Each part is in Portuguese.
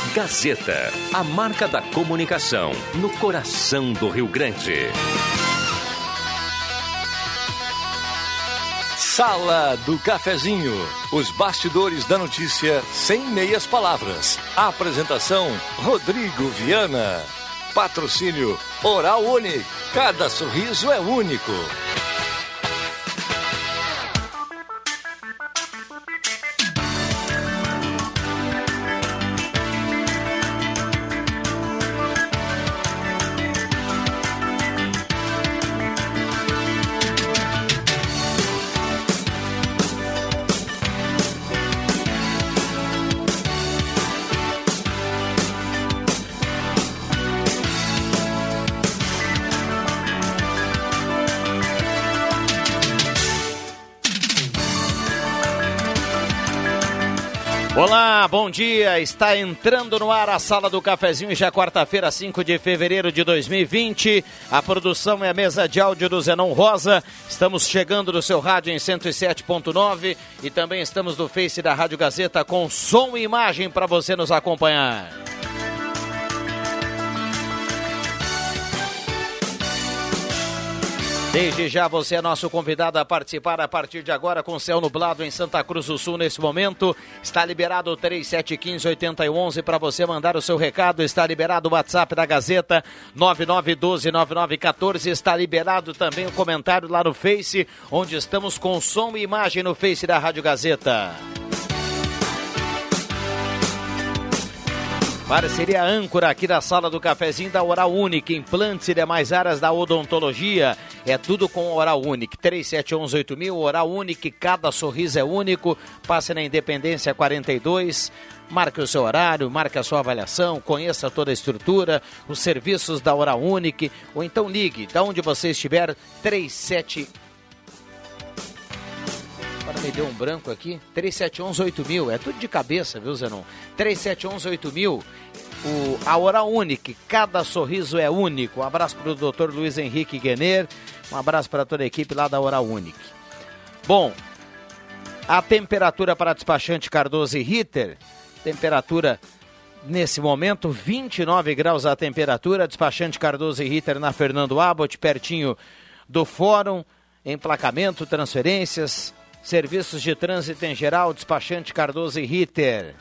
Gazeta, a marca da comunicação no coração do Rio Grande. Sala do Cafezinho, os bastidores da notícia sem meias palavras. Apresentação, Rodrigo Viana. Patrocínio Oral Unique, cada sorriso é único. Olá, bom dia, está entrando no ar a Sala do Cafezinho, já quarta-feira, 5 de fevereiro de 2020, a produção é a mesa de áudio do Zenon Rosa, estamos chegando no seu rádio em 107.9 e também estamos no Face da Rádio Gazeta com som e imagem para você nos acompanhar. Desde já você é nosso convidado a participar a partir de agora com céu nublado em Santa Cruz do Sul nesse momento. Está liberado o 3715-8111 para você mandar o seu recado. Está liberado o WhatsApp da Gazeta 9912-9914. Está liberado também o comentário lá no Face, onde estamos com som e imagem no Face da Rádio Gazeta. Parceria âncora aqui da Sala do Cafezinho da Oral Unique, implantes e demais áreas da odontologia, é tudo com Oral Unique, 3711-8000, Oral Unique, cada sorriso é único, passe na Independência 42, marque o seu horário, marque a sua avaliação, conheça toda a estrutura, os serviços da Oral Unique, ou então ligue, da onde você estiver, 37... Agora me deu um branco aqui, 3711-8000, é tudo de cabeça, viu, Zenon? 3711-8000, a Oral Unique, cada sorriso é único. Um abraço para o Dr. Luiz Henrique Guener, um abraço para toda a equipe lá da Oral Unique. Bom, a temperatura para despachante Cardoso e Ritter, temperatura nesse momento, 29 graus a temperatura, despachante Cardoso e Ritter na Fernando Abbott, pertinho do Fórum, emplacamento, transferências, serviços de trânsito em geral, despachante Cardoso e Ritter.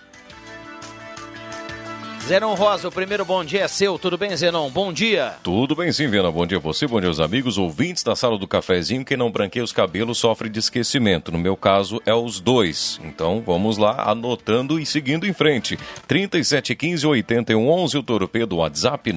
Zenon Rosa, o primeiro bom dia é seu, tudo bem, Zenon? Bom dia. Tudo bem sim, Viana, bom dia a você, bom dia aos amigos, ouvintes da Sala do Cafezinho. Quem não branqueia os cabelos sofre de esquecimento, no meu caso é os dois. Então vamos lá, anotando e seguindo em frente. 3715-8111, o torpedo WhatsApp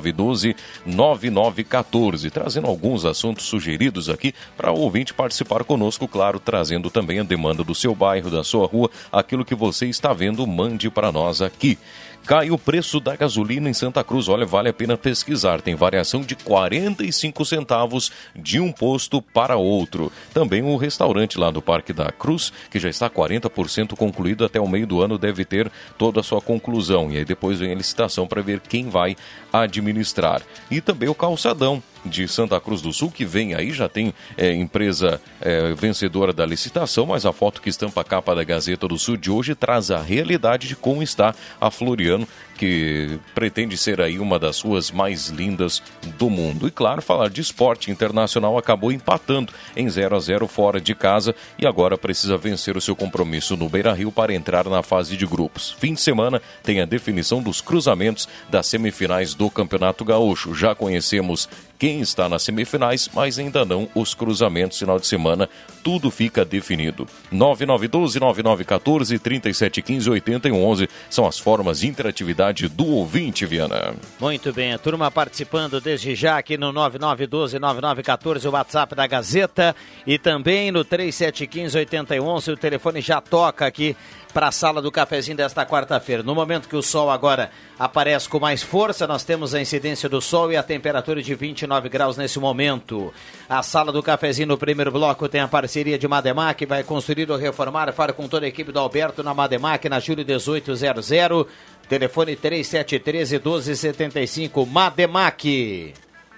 9912-9914, trazendo alguns assuntos sugeridos aqui para o ouvinte participar conosco, claro, trazendo também a demanda do seu bairro, da sua rua, aquilo que você está vendo, mande para nós aqui. Cai o preço da gasolina em Santa Cruz. Olha, vale a pena pesquisar. Tem variação de 45 centavos de um posto para outro. Também o restaurante lá do Parque da Cruz, que já está 40% concluído até o meio do ano, deve ter toda a sua conclusão. E aí depois vem a licitação para ver quem vai administrar. E também o calçadão de Santa Cruz do Sul, que vem aí, já tem empresa vencedora da licitação, mas a foto que estampa a capa da Gazeta do Sul de hoje traz a realidade de como está a Floriano, que pretende ser aí uma das ruas mais lindas do mundo. E claro, falar de esporte internacional, acabou empatando em 0-0 fora de casa e agora precisa vencer o seu compromisso no Beira-Rio para entrar na fase de grupos. Fim de semana tem a definição dos cruzamentos das semifinais do Campeonato Gaúcho. Já conhecemos quem está nas semifinais, mas ainda não os cruzamentos. Final de semana, tudo fica definido. 9912-9914, 3715-8111 são as formas de interatividade do ouvinte, Viana. Muito bem, a turma participando desde já aqui no 9912-9914, o WhatsApp da Gazeta, e também no 3715-8011, o telefone já toca aqui para a Sala do Cafezinho desta quarta-feira. No momento que o sol agora aparece com mais força, nós temos a incidência do sol e a temperatura de 29 graus nesse momento. A Sala do Cafezinho no primeiro bloco tem a parceria de Mademac, vai construir ou reformar, fala com toda a equipe do Alberto na Mademac, na Júlio 1800, telefone 3713-1275, Mademac.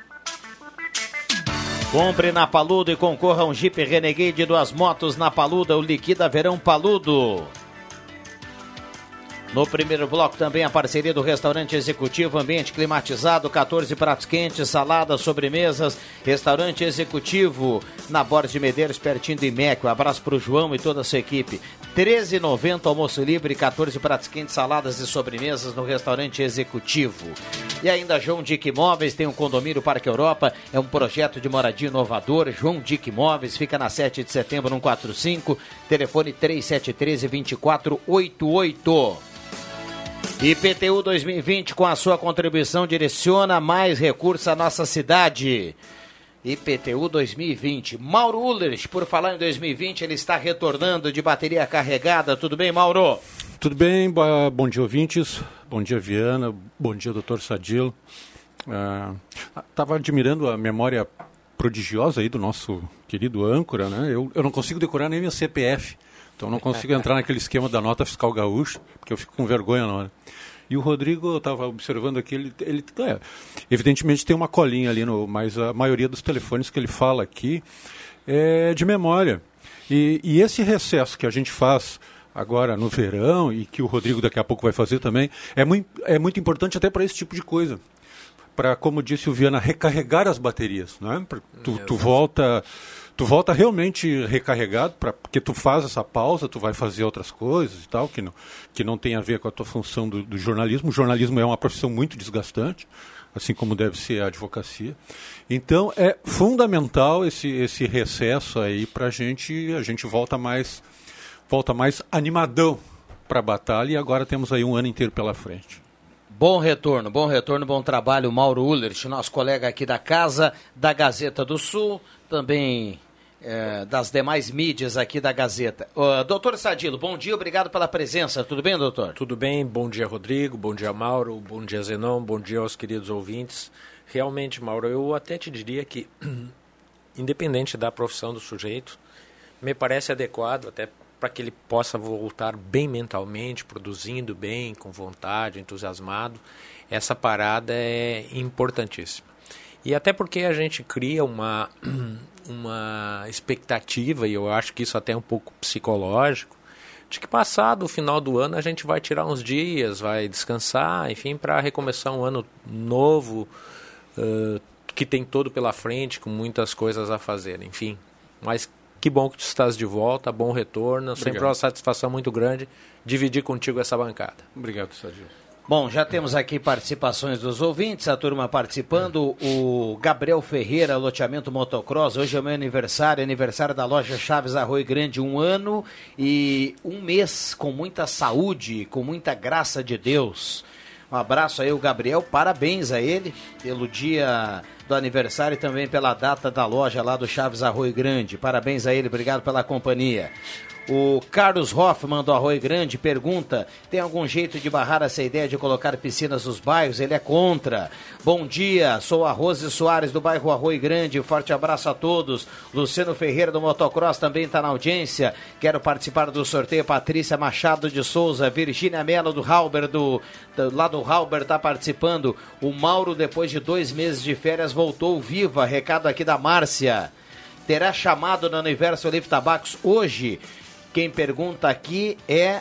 Compre na Paludo e concorra a um Jeep Renegade, 2 motos na Paludo, o Liquida Verão Paludo. No primeiro bloco também a parceria do Restaurante Executivo, ambiente climatizado, 14 pratos quentes, saladas, sobremesas. Restaurante Executivo, na Borges de Medeiros, pertinho do IMEC. Um abraço para o João e toda a sua equipe. R$13,90 almoço livre, 14 pratos quentes, saladas e sobremesas no Restaurante Executivo. E ainda João Dick Imóveis, tem um condomínio Parque Europa, é um projeto de moradia inovador. João Dick Imóveis, fica na 7 de setembro, 145, telefone 3713-2488. IPTU 2020, com a sua contribuição, direciona mais recursos à nossa cidade. IPTU 2020. Mauro Ulrich, por falar em 2020, ele está retornando de bateria carregada. Tudo bem, Mauro? Tudo bem, bom dia, ouvintes. Bom dia, Viana. Bom dia, doutor Sadilo. Estava admirando a memória prodigiosa aí do nosso querido âncora, né? Eu não consigo decorar nem minha CPF, então não consigo entrar naquele esquema da nota fiscal gaúcha, porque eu fico com vergonha na hora. E o Rodrigo, eu estava observando aqui, ele evidentemente tem uma colinha ali, mas a maioria dos telefones que ele fala aqui é de memória. E esse recesso que a gente faz agora no verão, e que o Rodrigo daqui a pouco vai fazer também, é muito importante até para esse tipo de coisa. Para, como disse o Viana, recarregar as baterias. Não é? Tu volta realmente recarregado, porque tu faz essa pausa, tu vai fazer outras coisas e tal, que não tem a ver com a tua função do jornalismo. O jornalismo é uma profissão muito desgastante, assim como deve ser a advocacia. Então, é fundamental esse recesso aí para a gente volta mais animadão para a batalha, e agora temos aí um ano inteiro pela frente. Bom retorno, bom trabalho, Mauro Ulrich, nosso colega aqui da casa, da Gazeta do Sul, também das demais mídias aqui da Gazeta. Doutor Sadilo, bom dia, obrigado pela presença. Tudo bem, doutor? Tudo bem, bom dia, Rodrigo, bom dia, Mauro, bom dia, Zenon, bom dia aos queridos ouvintes. Realmente, Mauro, eu até te diria que, independente da profissão do sujeito, me parece adequado até para que ele possa voltar bem mentalmente, produzindo bem, com vontade, entusiasmado. Essa parada é importantíssima. E até porque a gente cria uma expectativa, e eu acho que isso até é um pouco psicológico, de que passado o final do ano a gente vai tirar uns dias, vai descansar, enfim, para recomeçar um ano novo, que tem todo pela frente, com muitas coisas a fazer, enfim. Mas que bom que tu estás de volta, bom retorno. Obrigado. Sempre uma satisfação muito grande dividir contigo essa bancada. Obrigado, Sérgio. Bom, já temos aqui participações dos ouvintes, a turma participando. O Gabriel Ferreira, loteamento motocross. Hoje é o meu aniversário da loja Chaves Arroio Grande, 1 ano e 1 mês com muita saúde, com muita graça de Deus. Um abraço aí, o Gabriel, parabéns a ele pelo dia do aniversário e também pela data da loja lá do Chaves Arroio Grande. Parabéns a ele, obrigado pela companhia. O Carlos Hoffman do Arroio Grande pergunta, tem algum jeito de barrar essa ideia de colocar piscinas nos bairros? Ele é contra. Bom dia, sou a Rose Soares do bairro Arroio Grande, forte abraço a todos. Luciano Ferreira do Motocross também está na audiência, quero participar do sorteio. Patrícia Machado de Souza, Virgínia Mello do Halber, lá do Halber está participando. O Mauro, depois de 2 meses de férias, voltou viva, recado aqui da Márcia. Terá chamado no Universo Olive Tabacos hoje? Quem pergunta aqui é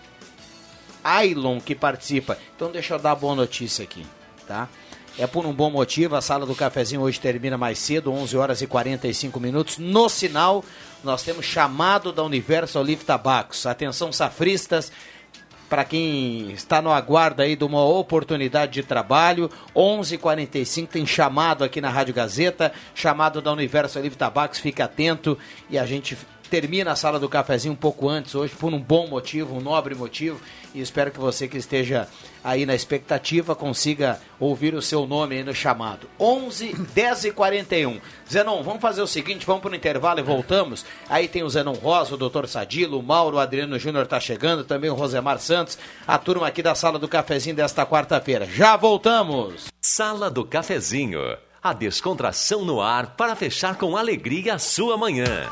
Ailon, que participa. Então deixa eu dar a boa notícia aqui, tá? É por um bom motivo, a sala do cafezinho hoje termina mais cedo, 11 horas e 45 minutos. No sinal, nós temos chamado da Universo Olive Tabacos. Atenção, safristas, para quem está no aguardo aí de uma oportunidade de trabalho, 11h45 tem chamado aqui na Rádio Gazeta, chamado da Universo Olive Tabacos, fica atento, e a gente termina a sala do cafezinho um pouco antes hoje, por um bom motivo, um nobre motivo, e espero que você que esteja aí na expectativa consiga ouvir o seu nome aí no chamado. 11h10h41. Zenon, vamos fazer o seguinte, vamos para o intervalo e voltamos. Aí tem o Zenon Rosa, o Dr. Sadilo, o Mauro, o Adriano Júnior está chegando, também o Rosemar Santos, a turma aqui da sala do cafezinho desta quarta-feira. Já voltamos! Sala do Cafezinho, a descontração no ar para fechar com alegria a sua manhã.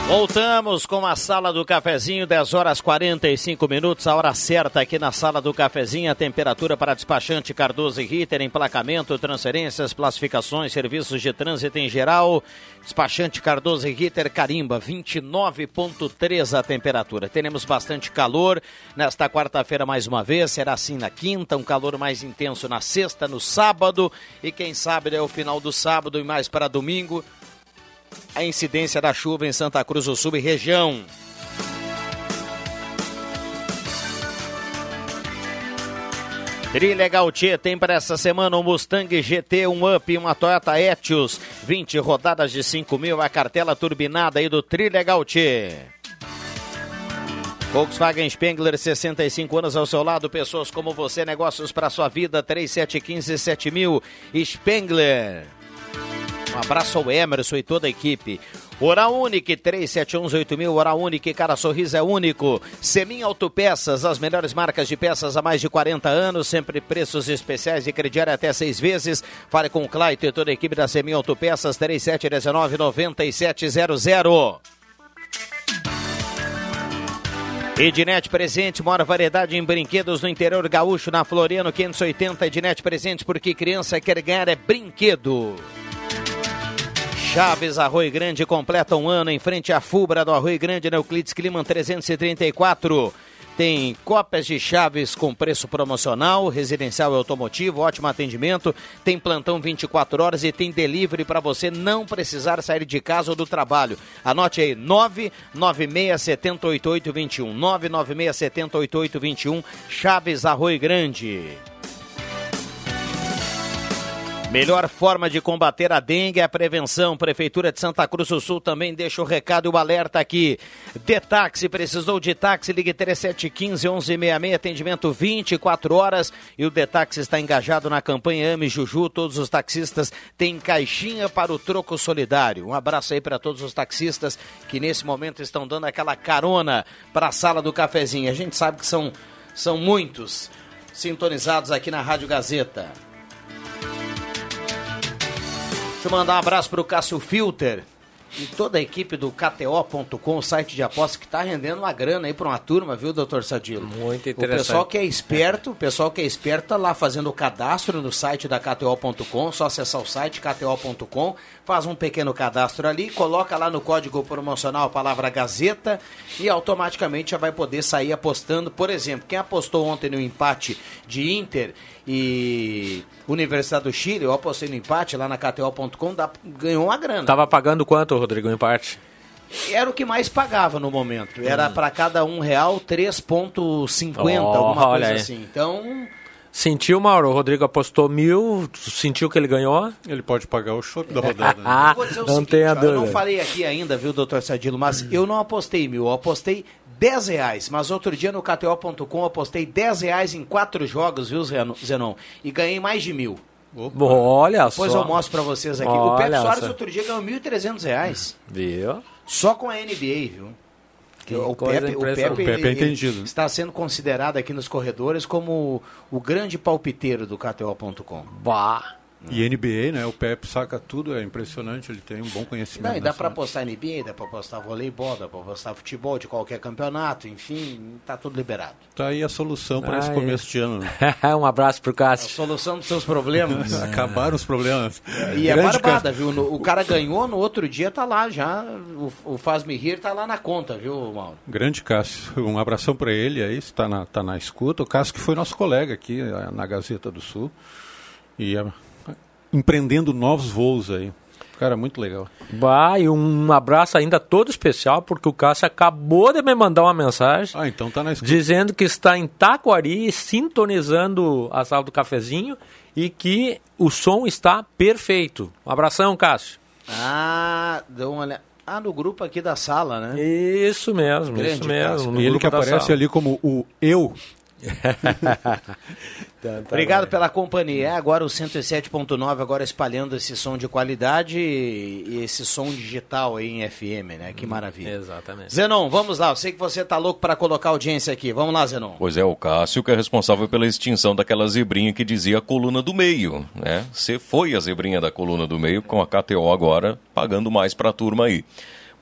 Voltamos com a Sala do Cafezinho, 10 horas 45 minutos, a hora certa aqui na Sala do Cafezinho, a temperatura para despachante Cardoso e Ritter, emplacamento, transferências, classificações, serviços de trânsito em geral. Despachante Cardoso e Ritter, carimba, 29,3 a temperatura. Teremos bastante calor nesta quarta-feira mais uma vez, será assim na quinta, um calor mais intenso na sexta, no sábado e quem sabe o final do sábado e mais para domingo. A incidência da chuva em Santa Cruz do Sul e região. Trilegal Tchê tem para essa semana um Mustang GT, um Up e uma Toyota Etios. 20 rodadas de 5 mil, a cartela turbinada aí do Trilegal Tchê. Volkswagen Spengler, 65 anos ao seu lado, pessoas como você, negócios para sua vida, 3715-7000, Spengler. Um abraço ao Emerson e toda a equipe. Oral Unique, 3711-8000, Oral Unique, cada sorriso é único. Semin Autopeças, as melhores marcas de peças há mais de 40 anos, sempre preços especiais e crediário até 6 vezes. Fale com o Claito e toda a equipe da Semin Autopeças, 3719-9700. Ednet Presente, maior variedade em brinquedos no interior gaúcho, na Floriano 580. Ednet Presente, porque criança quer ganhar é brinquedo. Chaves Arroio Grande completa um ano em frente à Fubra do Arroio Grande, na Euclides Climan 334. Tem cópias de chaves com preço promocional, residencial e automotivo, ótimo atendimento. Tem plantão 24 horas e tem delivery para você não precisar sair de casa ou do trabalho. Anote aí, 996708821, 996708821, Chaves Arroio Grande. Melhor forma de combater a dengue é a prevenção. Prefeitura de Santa Cruz do Sul também deixa o recado e o alerta aqui. Detaxi, precisou de táxi, ligue 3715-1166, atendimento 24 horas. E o Detaxi está engajado na campanha Ame Juju. Todos os taxistas têm caixinha para o troco solidário. Um abraço aí para todos os taxistas que nesse momento estão dando aquela carona para a Sala do Cafezinho. A gente sabe que são muitos sintonizados aqui na Rádio Gazeta. Deixa eu mandar um abraço para o Cássio Filter e toda a equipe do KTO.com, o site de aposta que está rendendo uma grana aí para uma turma, viu, doutor Sadilo? Muito interessante. O pessoal que é esperto, está lá fazendo o cadastro no site da KTO.com, só acessar o site KTO.com, faz um pequeno cadastro ali, coloca lá no código promocional a palavra Gazeta e automaticamente já vai poder sair apostando. Por exemplo, quem apostou ontem no empate de Inter e Universidade do Chile, eu apostei no empate lá na KTO.com, ganhou uma grana. Tava pagando quanto, Rodrigo, o empate? Era o que mais pagava no momento. Era para cada R$1, 3,50, alguma coisa aí. Assim. Então... Sentiu, Mauro? O Rodrigo apostou 1.000, sentiu que ele ganhou? Ele pode pagar o chope da rodada. Né? Vou dizer o não seguinte, tenha dúvida. Eu não falei aqui ainda, viu, doutor Sadilo, mas eu não apostei 1.000, eu apostei R$10, mas outro dia no KTO.com eu apostei R$10 em 4 jogos, viu, Zenon? E ganhei mais de 1.000. Opa. Olha Depois só. eu mostro pra vocês aqui. Olha o Pepe Soares só. outro dia ganhou R$1.300. Viu? Só com a NBA, viu? O Pepe é entendido. Está sendo considerado aqui nos corredores como o grande palpiteiro do KTO.com. Bah! E NBA, né? O Pepe saca tudo, é impressionante, ele tem um bom conhecimento. Não, e dá para apostar NBA, dá para apostar voleibol, dá para apostar futebol de qualquer campeonato, enfim, tá tudo liberado. Tá aí a solução para esse começo de ano. Né? Um abraço pro Cássio. A solução dos seus problemas. Acabaram os problemas. E é barbada, viu? O cara ganhou, no outro dia tá lá já, o Faz-me Rir tá lá na conta, viu, Mauro? Grande Cássio, um abração para ele aí, tá na escuta. O Cássio que foi nosso colega aqui na Gazeta do Sul. E empreendendo novos voos aí. Cara, muito legal. Bah, e um abraço ainda todo especial, porque o Cássio acabou de me mandar uma mensagem. Então tá na escuta. Dizendo que está em Taquari, sintonizando a Sala do Cafezinho e que o som está perfeito. Um abração, Cássio. Deu uma olhada. No grupo aqui da sala, né? Isso mesmo, Grande isso mesmo. E ele que aparece ali como o eu. Obrigado pela companhia. Agora o 107.9 agora espalhando esse som de qualidade e esse som digital aí em FM, né? Que maravilha. Exatamente. Zenon, vamos lá. Eu sei que você tá louco para colocar audiência aqui. Vamos lá, Zenon. Pois é, o Cássio que é responsável pela extinção daquela zebrinha que dizia a coluna do meio, né? Você foi a zebrinha da coluna do meio com a KTO agora pagando mais para a turma aí.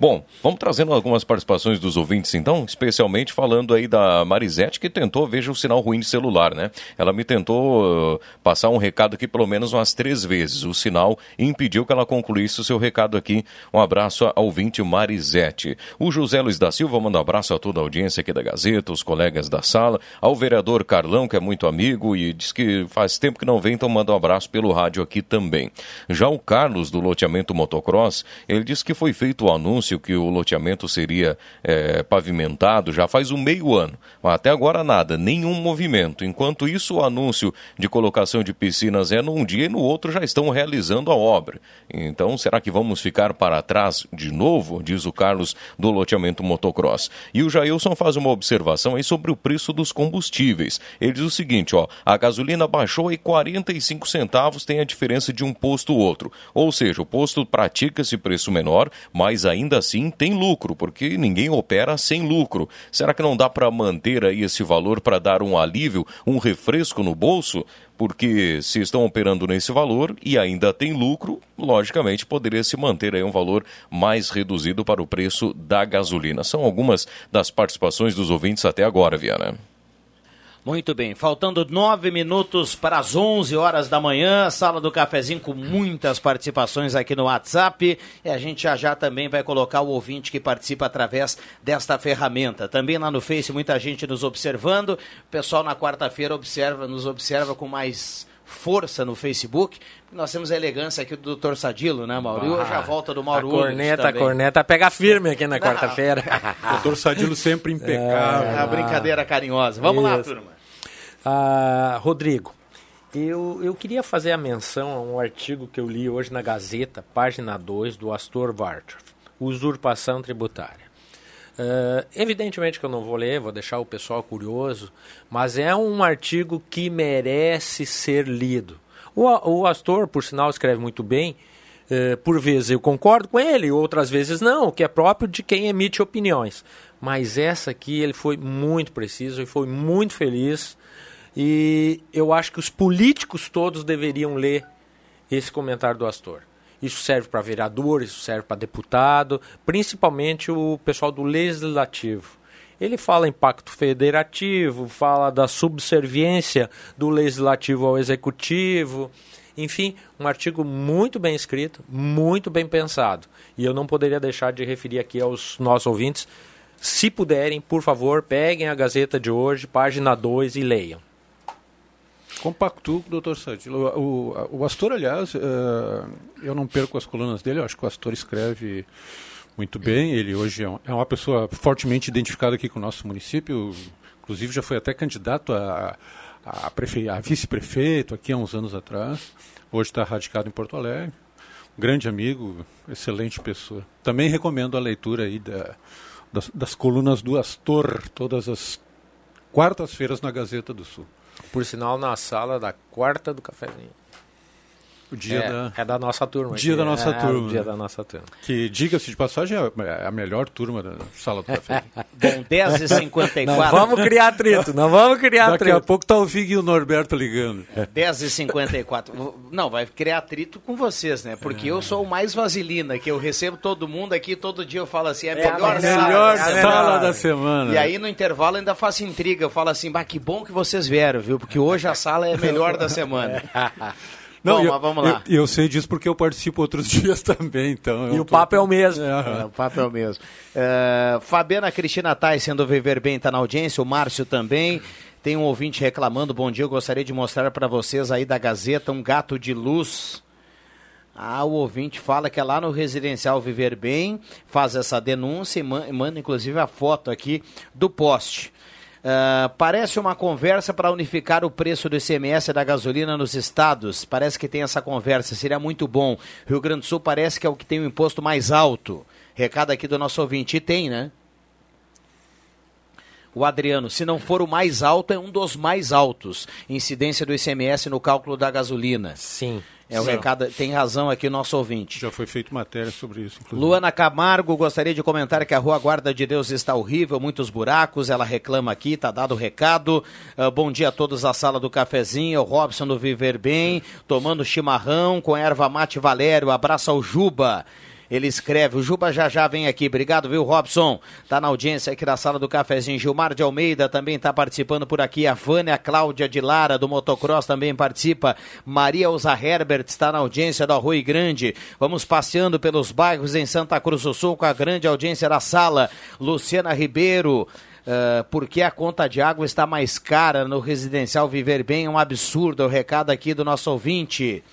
Bom, vamos trazendo algumas participações dos ouvintes então, especialmente falando aí da Marisete, que tentou, veja o sinal ruim de celular, né? Ela me tentou passar um recado aqui pelo menos umas 3 vezes. O sinal impediu que ela concluísse o seu recado aqui. Um abraço ao ouvinte Marisete. O José Luiz da Silva manda um abraço a toda a audiência aqui da Gazeta, os colegas da sala, ao vereador Carlão, que é muito amigo e diz que faz tempo que não vem, então manda um abraço pelo rádio aqui também. Já o Carlos, do loteamento Motocross, ele disse que foi feito o anúncio que o loteamento seria pavimentado já faz meio ano. Até agora nada, nenhum movimento. Enquanto isso, o anúncio de colocação de piscinas é num dia e no outro já estão realizando a obra. Então, será que vamos ficar para trás de novo? Diz o Carlos, do loteamento Motocross. E o Jailson faz uma observação aí sobre o preço dos combustíveis. Ele diz o seguinte, a gasolina baixou e 45 centavos tem a diferença de um posto ou outro. Ou seja, o posto pratica esse preço menor, mas ainda assim tem lucro, porque ninguém opera sem lucro. Será que não dá para manter aí esse valor para dar um alívio, um refresco no bolso? Porque se estão operando nesse valor e ainda tem lucro, logicamente poderia se manter aí um valor mais reduzido para o preço da gasolina. São algumas das participações dos ouvintes até agora, Viana. Muito bem, faltando 9 minutos para as 11 horas da manhã, Sala do Cafezinho com muitas participações aqui no WhatsApp, e a gente já também vai colocar o ouvinte que participa através desta ferramenta. Também lá no Face, muita gente nos observando, o pessoal na quarta-feira nos observa com mais força no Facebook. Nós temos a elegância aqui do Dr. Sadilo, né, Mauro? E hoje a volta do Mauro a corneta pega firme aqui na quarta-feira. Dr. Sadilo sempre impecável. É uma brincadeira carinhosa. Vamos lá, turma. Rodrigo, eu queria fazer a menção a um artigo que eu li hoje na Gazeta, página 2, do Astor Vartov, Usurpação Tributária. Evidentemente que eu não vou ler, vou deixar o pessoal curioso, mas é um artigo que merece ser lido. O Astor, por sinal, escreve muito bem. Por vezes eu concordo com ele, outras vezes não, o que é próprio de quem emite opiniões. Mas essa aqui ele foi muito preciso e foi muito feliz. E eu acho que os políticos todos deveriam ler esse comentário do Astor. Isso serve para vereador, isso serve para deputado, principalmente o pessoal do Legislativo. Ele fala em pacto federativo, fala da subserviência do Legislativo ao Executivo. Enfim, um artigo muito bem escrito, muito bem pensado. E eu não poderia deixar de referir aqui aos nossos ouvintes. Se puderem, por favor, peguem a Gazeta de hoje, página 2 e leiam. Compactuo com o Dr. Sadilo. O Astor, aliás, eu não perco as colunas dele, eu acho que o Astor escreve muito bem. Ele hoje é uma pessoa fortemente identificada aqui com o nosso município, inclusive já foi até candidato a vice-prefeito aqui há uns anos atrás. Hoje está radicado em Porto Alegre. Um grande amigo, excelente pessoa. Também recomendo a leitura aí das colunas do Astor, todas as quartas-feiras na Gazeta do Sul. Por sinal, na sala da quarta do cafezinho. O dia da nossa turma. Dia da nossa turma. O dia da nossa turma. Que, diga-se de passagem, é a melhor turma da sala do café. Bom, 10h54. Não vamos criar atrito, Daqui a pouco tá o Vig e o Norberto ligando. 10h54. Não, vai criar atrito com vocês, né? Porque eu sou o mais vaselina, que eu recebo todo mundo aqui, todo dia eu falo assim, a melhor sala da semana. E aí no intervalo ainda faço intriga, eu falo assim, que bom que vocês vieram, viu? Porque hoje a sala é a melhor da semana. Não, bom, mas vamos lá. Eu sei disso porque eu participo outros dias também, então... E o papo é o mesmo. O papo é o mesmo. Fabiana Cristina Tyson do Viver Bem está na audiência, o Márcio também. Tem um ouvinte reclamando, bom dia, eu gostaria de mostrar para vocês aí da Gazeta um gato de luz. O ouvinte fala que é lá no Residencial Viver Bem, faz essa denúncia e manda inclusive a foto aqui do poste. Parece uma conversa para unificar o preço do ICMS da gasolina nos estados. Parece que tem essa conversa, seria muito bom. Rio Grande do Sul parece que é o que tem o imposto mais alto. Recado aqui do nosso ouvinte. E tem, né? O Adriano, se não for o mais alto, é um dos mais altos. Incidência do ICMS no cálculo da gasolina. Sim. O recado, tem razão aqui o nosso ouvinte. Já foi feita matéria sobre isso, inclusive. Luana Camargo, gostaria de comentar que a Rua Guarda de Deus está horrível, muitos buracos, ela reclama aqui, tá dado o recado. Bom dia a todos da sala do cafezinho, o Robson do Viver Bem, tomando chimarrão com erva mate Valério, abraço ao Juba. Ele escreve, o Juba já vem aqui. Obrigado, viu, Robson? Tá na audiência aqui da sala do cafezinho. Gilmar de Almeida também tá participando por aqui. A Vânia Cláudia de Lara, do Motocross, também participa. Maria Elza Herbert está na audiência do Arroio Grande. Vamos passeando pelos bairros em Santa Cruz do Sul com a grande audiência da sala. Luciana Ribeiro, porque a conta de água está mais cara no residencial Viver Bem, é um absurdo. O recado aqui do nosso ouvinte.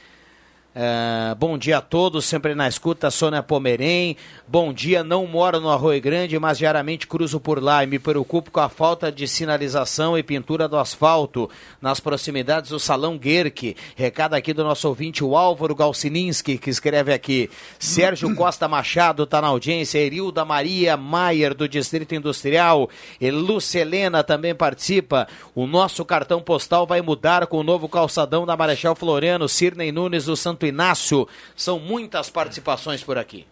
Bom dia a todos, sempre na escuta, Sônia Pomerém. Bom dia, não moro no Arroio Grande, mas diariamente cruzo por lá e me preocupo com a falta de sinalização e pintura do asfalto nas proximidades do Salão Guerque. Recado aqui do nosso ouvinte, o Álvaro Galsininski, que escreve aqui. Sérgio Costa Machado está na audiência, Erilda Maria Maier, do Distrito Industrial, e Lucelena também participa. O nosso cartão postal vai mudar com o novo calçadão da Marechal Floriano. Cirnei Nunes do Santo Inácio. São muitas participações por aqui.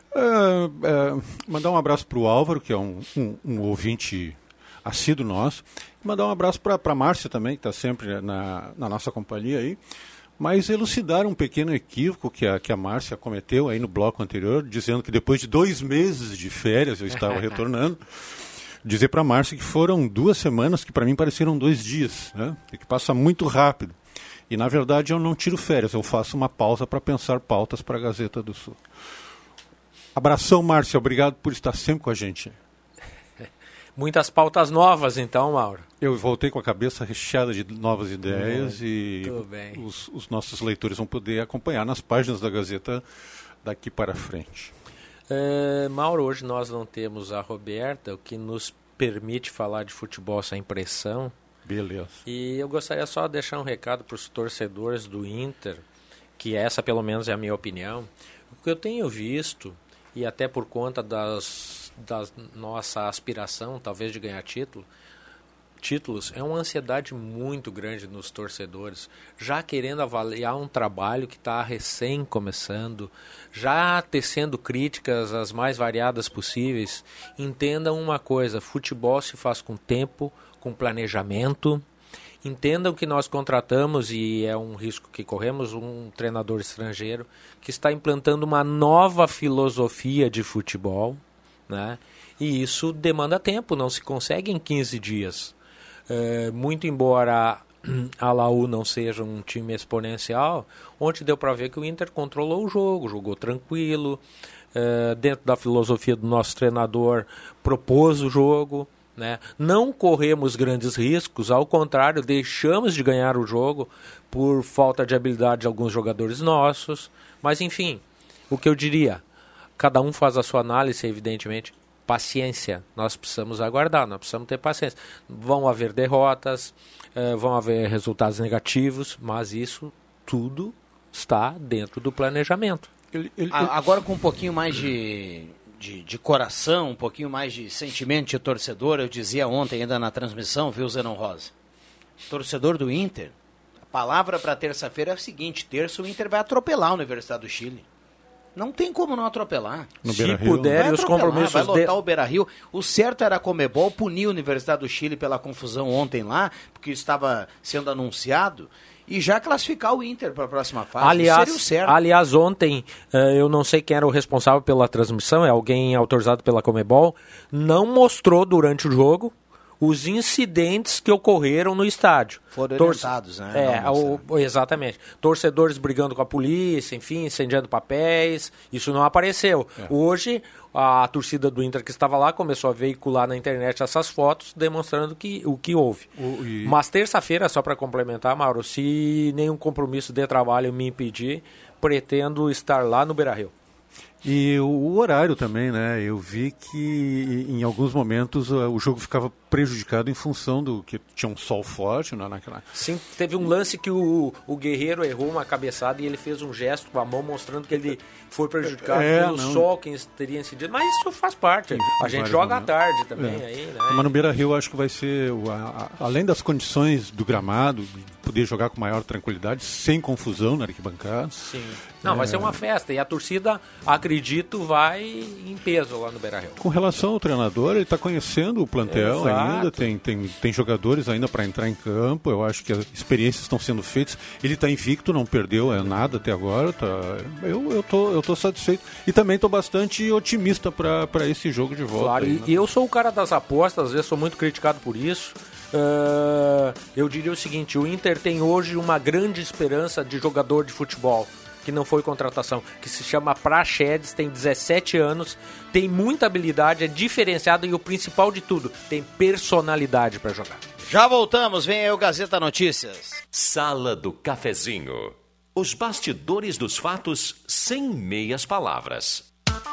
Mandar um abraço para o Álvaro, que é um ouvinte assíduo nosso. Mandar um abraço para a Márcia também, que está sempre na nossa companhia aí. Mas elucidar um pequeno equívoco que a Márcia cometeu aí no bloco anterior, dizendo que depois de 2 meses de férias eu estava retornando. Dizer para a Márcia que foram 2 semanas que para mim pareceram 2 dias, né? E que passa muito rápido. E, na verdade, eu não tiro férias, eu faço uma pausa para pensar pautas para a Gazeta do Sul. Abração, Márcia, obrigado por estar sempre com a gente. Muitas pautas novas, então, Mauro. Eu voltei com a cabeça recheada de novas ideias e os nossos leitores vão poder acompanhar nas páginas da Gazeta daqui para frente. Mauro, hoje nós não temos a Roberta, o que nos permite falar de futebol sem pressão. Beleza. E eu gostaria só de deixar um recado para os torcedores do Inter, que essa pelo menos é a minha opinião. O que eu tenho visto, e até por conta da nossa aspiração, talvez de ganhar títulos, é uma ansiedade muito grande nos torcedores, já querendo avaliar um trabalho que está recém começando, já tecendo críticas as mais variadas possíveis. Entendam uma coisa, futebol se faz com tempo, com planejamento. Entendam que nós contratamos, e é um risco que corremos, um treinador estrangeiro que está implantando uma nova filosofia de futebol, né? E isso demanda tempo, não se consegue em 15 dias. Muito embora a Laú não seja um time exponencial, ontem deu para ver que o Inter controlou o jogo, jogou tranquilo, dentro da filosofia do nosso treinador, propôs o jogo, né? Não corremos grandes riscos, ao contrário, deixamos de ganhar o jogo por falta de habilidade de alguns jogadores nossos. Mas enfim, o que eu diria, cada um faz a sua análise, evidentemente. Paciência, nós precisamos aguardar, nós precisamos ter paciência. Vão haver derrotas, vão haver resultados negativos, mas isso tudo está dentro do planejamento. Agora com um pouquinho mais de coração, um pouquinho mais de sentimento de torcedor, eu dizia ontem ainda na transmissão, viu, Zenon Rosa? Torcedor do Inter, a palavra para terça-feira é a seguinte: terça o Inter vai atropelar a Universidade do Chile. Não tem como não atropelar. Se puder, os compromissos... Vai lotar o Beira-Rio. O certo era a Conmebol punir a Universidade do Chile pela confusão ontem lá, porque estava sendo anunciado, e já classificar o Inter para a próxima fase. Seria o certo. Aliás, ontem, eu não sei quem era o responsável pela transmissão, é alguém autorizado pela Conmebol, não mostrou durante o jogo os incidentes que ocorreram no estádio. Foram orientados, né? Exatamente. Torcedores brigando com a polícia, enfim, incendiando papéis, isso não apareceu. Hoje, a torcida do Inter que estava lá começou a veicular na internet essas fotos, demonstrando o que houve. Mas terça-feira, só para complementar, Mauro, se nenhum compromisso de trabalho me impedir, pretendo estar lá no Beira-Rio. E o horário também, né? Eu vi que em alguns momentos o jogo ficava prejudicado em função do que tinha um sol forte, né, naquela... Sim, teve um lance que o Guerreiro errou uma cabeçada e ele fez um gesto com a mão mostrando que ele foi prejudicado pelo sol que teria incidido, mas isso faz parte. A gente joga à tarde também aí, né? Mas no Beira-Rio acho que vai ser, além das condições do gramado, poder jogar com maior tranquilidade, sem confusão na arquibancada. Sim. Não, vai ser uma festa e a torcida acredita acredito, vai em peso lá no Beira-Rio. Com relação ao treinador, ele está conhecendo o plantel ainda, tem jogadores ainda para entrar em campo, eu acho que as experiências estão sendo feitas, ele está invicto, não perdeu nada até agora, eu tô satisfeito e também estou bastante otimista para esse jogo de volta. Claro, e eu sou o cara das apostas, às vezes sou muito criticado por isso. Eu diria o seguinte, o Inter tem hoje uma grande esperança de jogador de futebol, que não foi contratação, que se chama Praxedes, tem 17 anos, tem muita habilidade, é diferenciado e o principal de tudo, tem personalidade para jogar. Já voltamos, vem aí o Gazeta Notícias. Sala do Cafezinho. Os bastidores dos fatos sem meias palavras.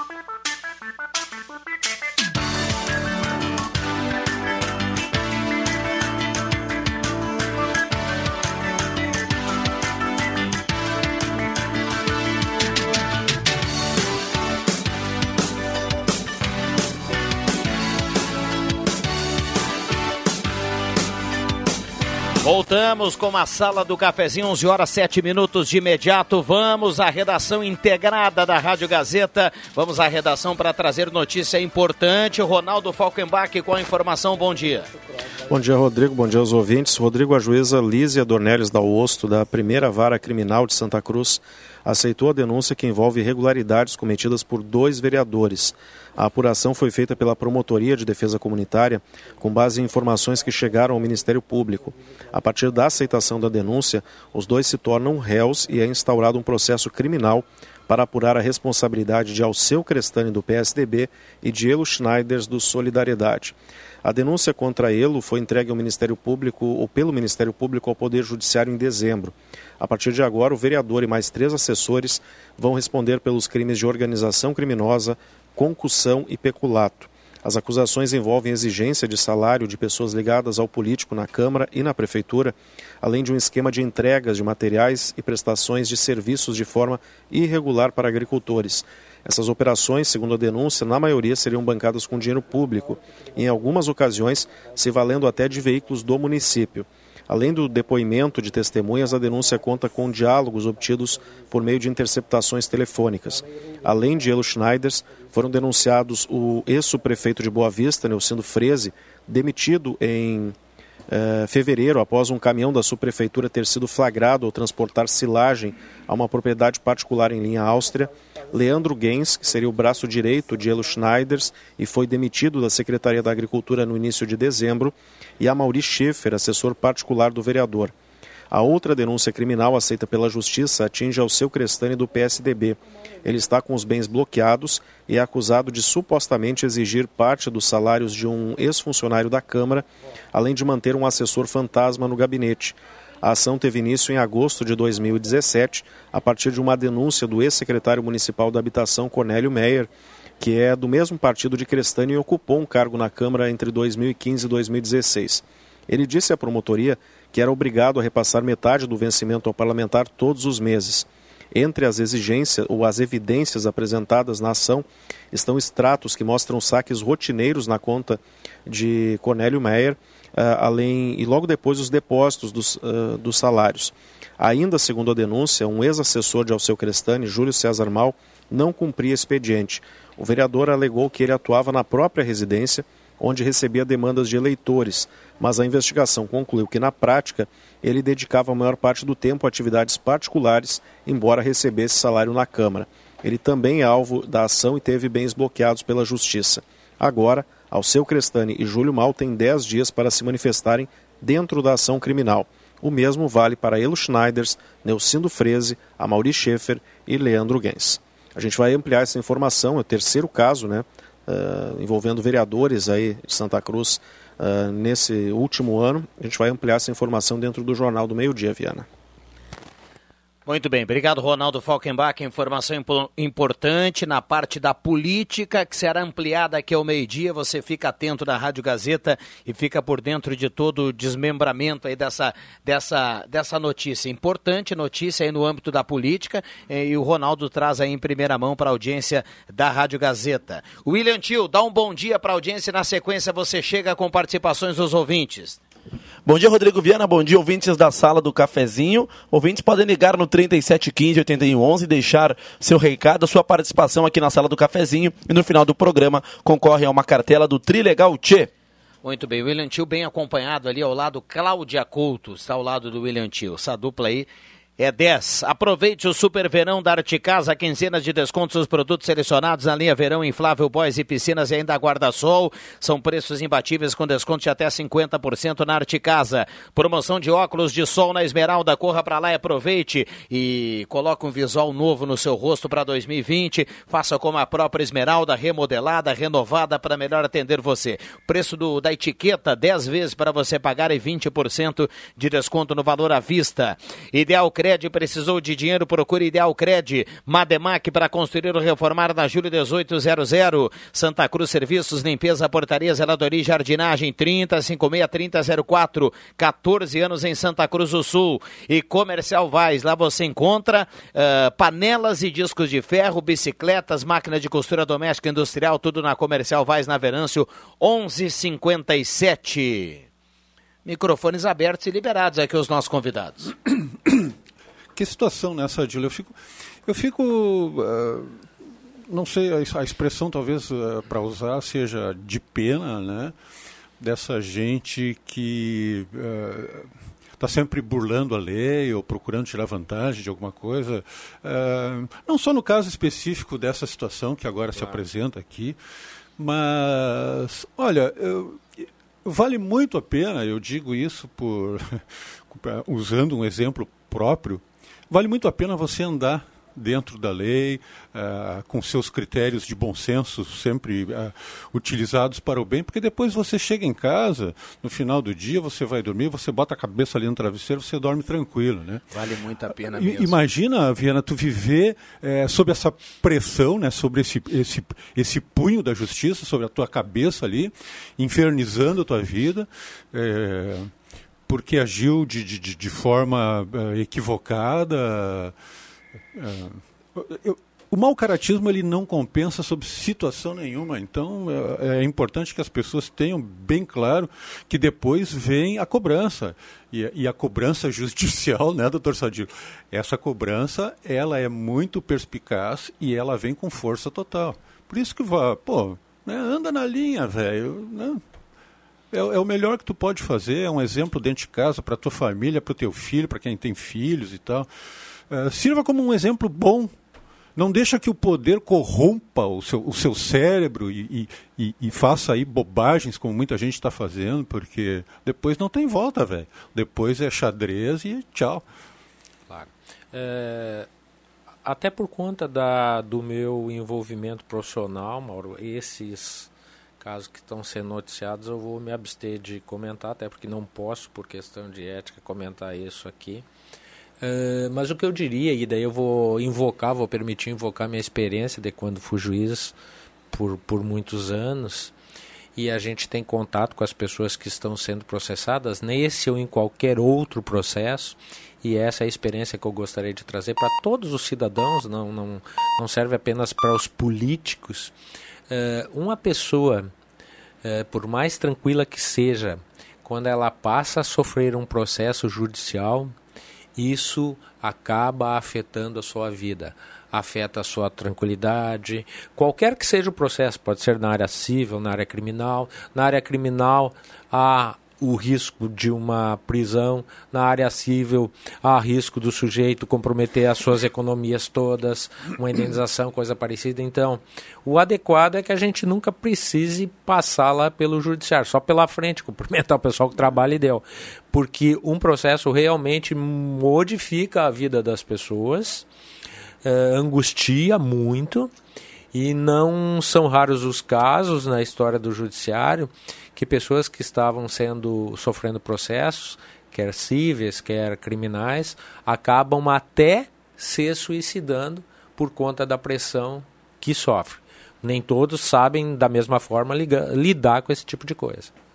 Voltamos com a Sala do Cafezinho, 11 horas 7 minutos de imediato. Vamos à redação integrada da Rádio Gazeta. Vamos à redação para trazer notícia importante. Ronaldo Falkenbach com a informação. Bom dia. Bom dia, Rodrigo. Bom dia aos ouvintes. Rodrigo, a juíza Lísia Dornelles Dalhosto, da primeira vara criminal de Santa Cruz, aceitou a denúncia que envolve irregularidades cometidas por 2 vereadores. A apuração foi feita pela Promotoria de Defesa Comunitária com base em informações que chegaram ao Ministério Público. A partir da aceitação da denúncia, os 2 se tornam réus e é instaurado um processo criminal para apurar a responsabilidade de Alceu Crestani, do PSDB, e de Elo Schneiders, do Solidariedade. A denúncia contra Elo foi entregue ao Ministério Público ou pelo Ministério Público ao Poder Judiciário em dezembro. A partir de agora, o vereador e mais 3 assessores vão responder pelos crimes de organização criminosa, concussão e peculato. As acusações envolvem exigência de salário de pessoas ligadas ao político na Câmara e na Prefeitura, além de um esquema de entregas de materiais e prestações de serviços de forma irregular para agricultores. Essas operações, segundo a denúncia, na maioria seriam bancadas com dinheiro público, e em algumas ocasiões se valendo até de veículos do município. Além do depoimento de testemunhas, a denúncia conta com diálogos obtidos por meio de interceptações telefônicas. Além de Elo Schneiders, foram denunciados o ex-prefeito de Boa Vista, Neucindo Freze, demitido em fevereiro após um caminhão da subprefeitura ter sido flagrado ao transportar silagem a uma propriedade particular em linha Áustria. Leandro Gens, que seria o braço direito de Elo Schneiders e foi demitido da Secretaria da Agricultura no início de dezembro, e a Mauri Schaeffer, assessor particular do vereador. A outra denúncia criminal aceita pela Justiça atinge Alceu Crestani, do PSDB. Ele está com os bens bloqueados e é acusado de supostamente exigir parte dos salários de um ex-funcionário da Câmara, além de manter um assessor fantasma no gabinete. A ação teve início em agosto de 2017, a partir de uma denúncia do ex-secretário municipal da Habitação, Cornélio Meyer, que é do mesmo partido de Crestani e ocupou um cargo na Câmara entre 2015 e 2016. Ele disse à promotoria que era obrigado a repassar metade do vencimento ao parlamentar todos os meses. Entre as exigências ou as evidências apresentadas na ação estão extratos que mostram saques rotineiros na conta de Cornélio Meyer, e logo depois os depósitos dos salários. Ainda segundo a denúncia, um ex-assessor de Alceu Crestani, Júlio César Mal, não cumpria expediente. O vereador alegou que ele atuava na própria residência, onde recebia demandas de eleitores, mas a investigação concluiu que, na prática, ele dedicava a maior parte do tempo a atividades particulares, embora recebesse salário na Câmara. Ele também é alvo da ação e teve bens bloqueados pela Justiça. Agora, Alceu Crestani e Júlio Mal têm 10 dias para se manifestarem dentro da ação criminal. O mesmo vale para Elo Schneiders, Neucindo Freze, Mauri Schaeffer e Leandro Gens. A gente vai ampliar essa informação, é o terceiro caso, envolvendo vereadores aí de Santa Cruz nesse último ano. A gente vai ampliar essa informação dentro do Jornal do Meio-Dia, Viana. Muito bem, obrigado Ronaldo Falkenbach, informação importante na parte da política que será ampliada aqui ao meio-dia. Você fica atento na Rádio Gazeta e fica por dentro de todo o desmembramento aí dessa notícia. Importante notícia aí no âmbito da política, e o Ronaldo traz aí em primeira mão para a audiência da Rádio Gazeta. William Tio, dá um bom dia para a audiência e na sequência você chega com participações dos ouvintes. Bom dia, Rodrigo Viana. Bom dia, ouvintes da Sala do Cafezinho. Ouvintes podem ligar no 3715-8111 e deixar seu recado, sua participação aqui na Sala do Cafezinho. E no final do programa concorre a uma cartela do Trilegal Tchê. Muito bem, o William Tio bem acompanhado ali ao lado, Cláudia Couto, está ao lado do William Tio. Essa dupla aí é 10. Aproveite o super verão da Arte Casa, quinzenas de descontos nos produtos selecionados na linha verão, inflável, boys e piscinas e ainda guarda-sol. São preços imbatíveis com desconto de até 50% na Arte Casa. Promoção de óculos de sol na Esmeralda. Corra para lá e aproveite e coloque um visual novo no seu rosto para 2020. Faça como a própria Esmeralda, remodelada, renovada para melhor atender você. Preço da etiqueta, 10 vezes para você pagar e 20% de desconto no valor à vista. Ideal Cred, precisou de dinheiro, procure Ideal Cred. Mademac para construir ou reformar na Júlio 1800. Santa Cruz Serviços, limpeza, portaria, zeladoria e jardinagem, 3056-3004. 14 anos em Santa Cruz do Sul. E Comercial Vaz, lá você encontra panelas e discos de ferro, bicicletas, máquina de costura doméstica e industrial, tudo na Comercial Vaz, na Venâncio 1157. Microfones abertos e liberados aqui os nossos convidados. Que situação nessa, Adílio? Eu fico não sei, a expressão talvez para usar seja de pena, né? Dessa gente que está sempre burlando a lei ou procurando tirar vantagem de alguma coisa. Não só no caso específico dessa situação que agora se apresenta aqui, mas, olha, vale muito a pena, eu digo isso usando um exemplo próprio, vale muito a pena você andar dentro da lei, com seus critérios de bom senso sempre utilizados para o bem, porque depois você chega em casa, no final do dia, você vai dormir, você bota a cabeça ali no travesseiro, você dorme tranquilo, né? Vale muito a pena mesmo. Imagina, Viana, tu viver sob essa pressão, né, sobre esse punho da justiça, sobre a tua cabeça ali, infernizando a tua vida, porque agiu de forma equivocada. O mau caratismo ele não compensa sob situação nenhuma, então é importante que as pessoas tenham bem claro que depois vem a cobrança, e a cobrança judicial, né, doutor Sadilo? Essa cobrança, ela é muito perspicaz e ela vem com força total. Por isso que, anda na linha, velho, né? É o melhor que tu pode fazer, é um exemplo dentro de casa para tua família, para o teu filho, para quem tem filhos e tal. Sirva como um exemplo bom. Não deixa que o poder corrompa o seu cérebro e faça aí bobagens como muita gente está fazendo, porque depois não tem volta, velho. Depois é xadrez e tchau. Claro. Até por conta do meu envolvimento profissional, Mauro, esses casos que estão sendo noticiados eu vou me abster de comentar, até porque não posso, por questão de ética, comentar isso aqui. Mas o que eu diria, e daí eu vou permitir invocar minha experiência de quando fui juiz por muitos anos, e a gente tem contato com as pessoas que estão sendo processadas, nesse ou em qualquer outro processo, e essa é a experiência que eu gostaria de trazer para todos os cidadãos, não serve apenas para os políticos. Uma pessoa, por mais tranquila que seja, quando ela passa a sofrer um processo judicial, isso acaba afetando a sua vida, afeta a sua tranquilidade, qualquer que seja o processo, pode ser na área civil, na área criminal. Na área criminal há o risco de uma prisão, na área civil há risco do sujeito comprometer as suas economias todas, uma indenização, coisa parecida. Então, o adequado é que a gente nunca precise passar lá pelo judiciário, só pela frente, cumprimentar o pessoal que trabalha e deu. Porque um processo realmente modifica a vida das pessoas, angustia muito, e não são raros os casos na história do judiciário que pessoas que estavam sofrendo processos, quer cíveis, quer criminais, acabam até se suicidando por conta da pressão que sofre. Nem todos sabem da mesma forma lidar com esse tipo de coisa.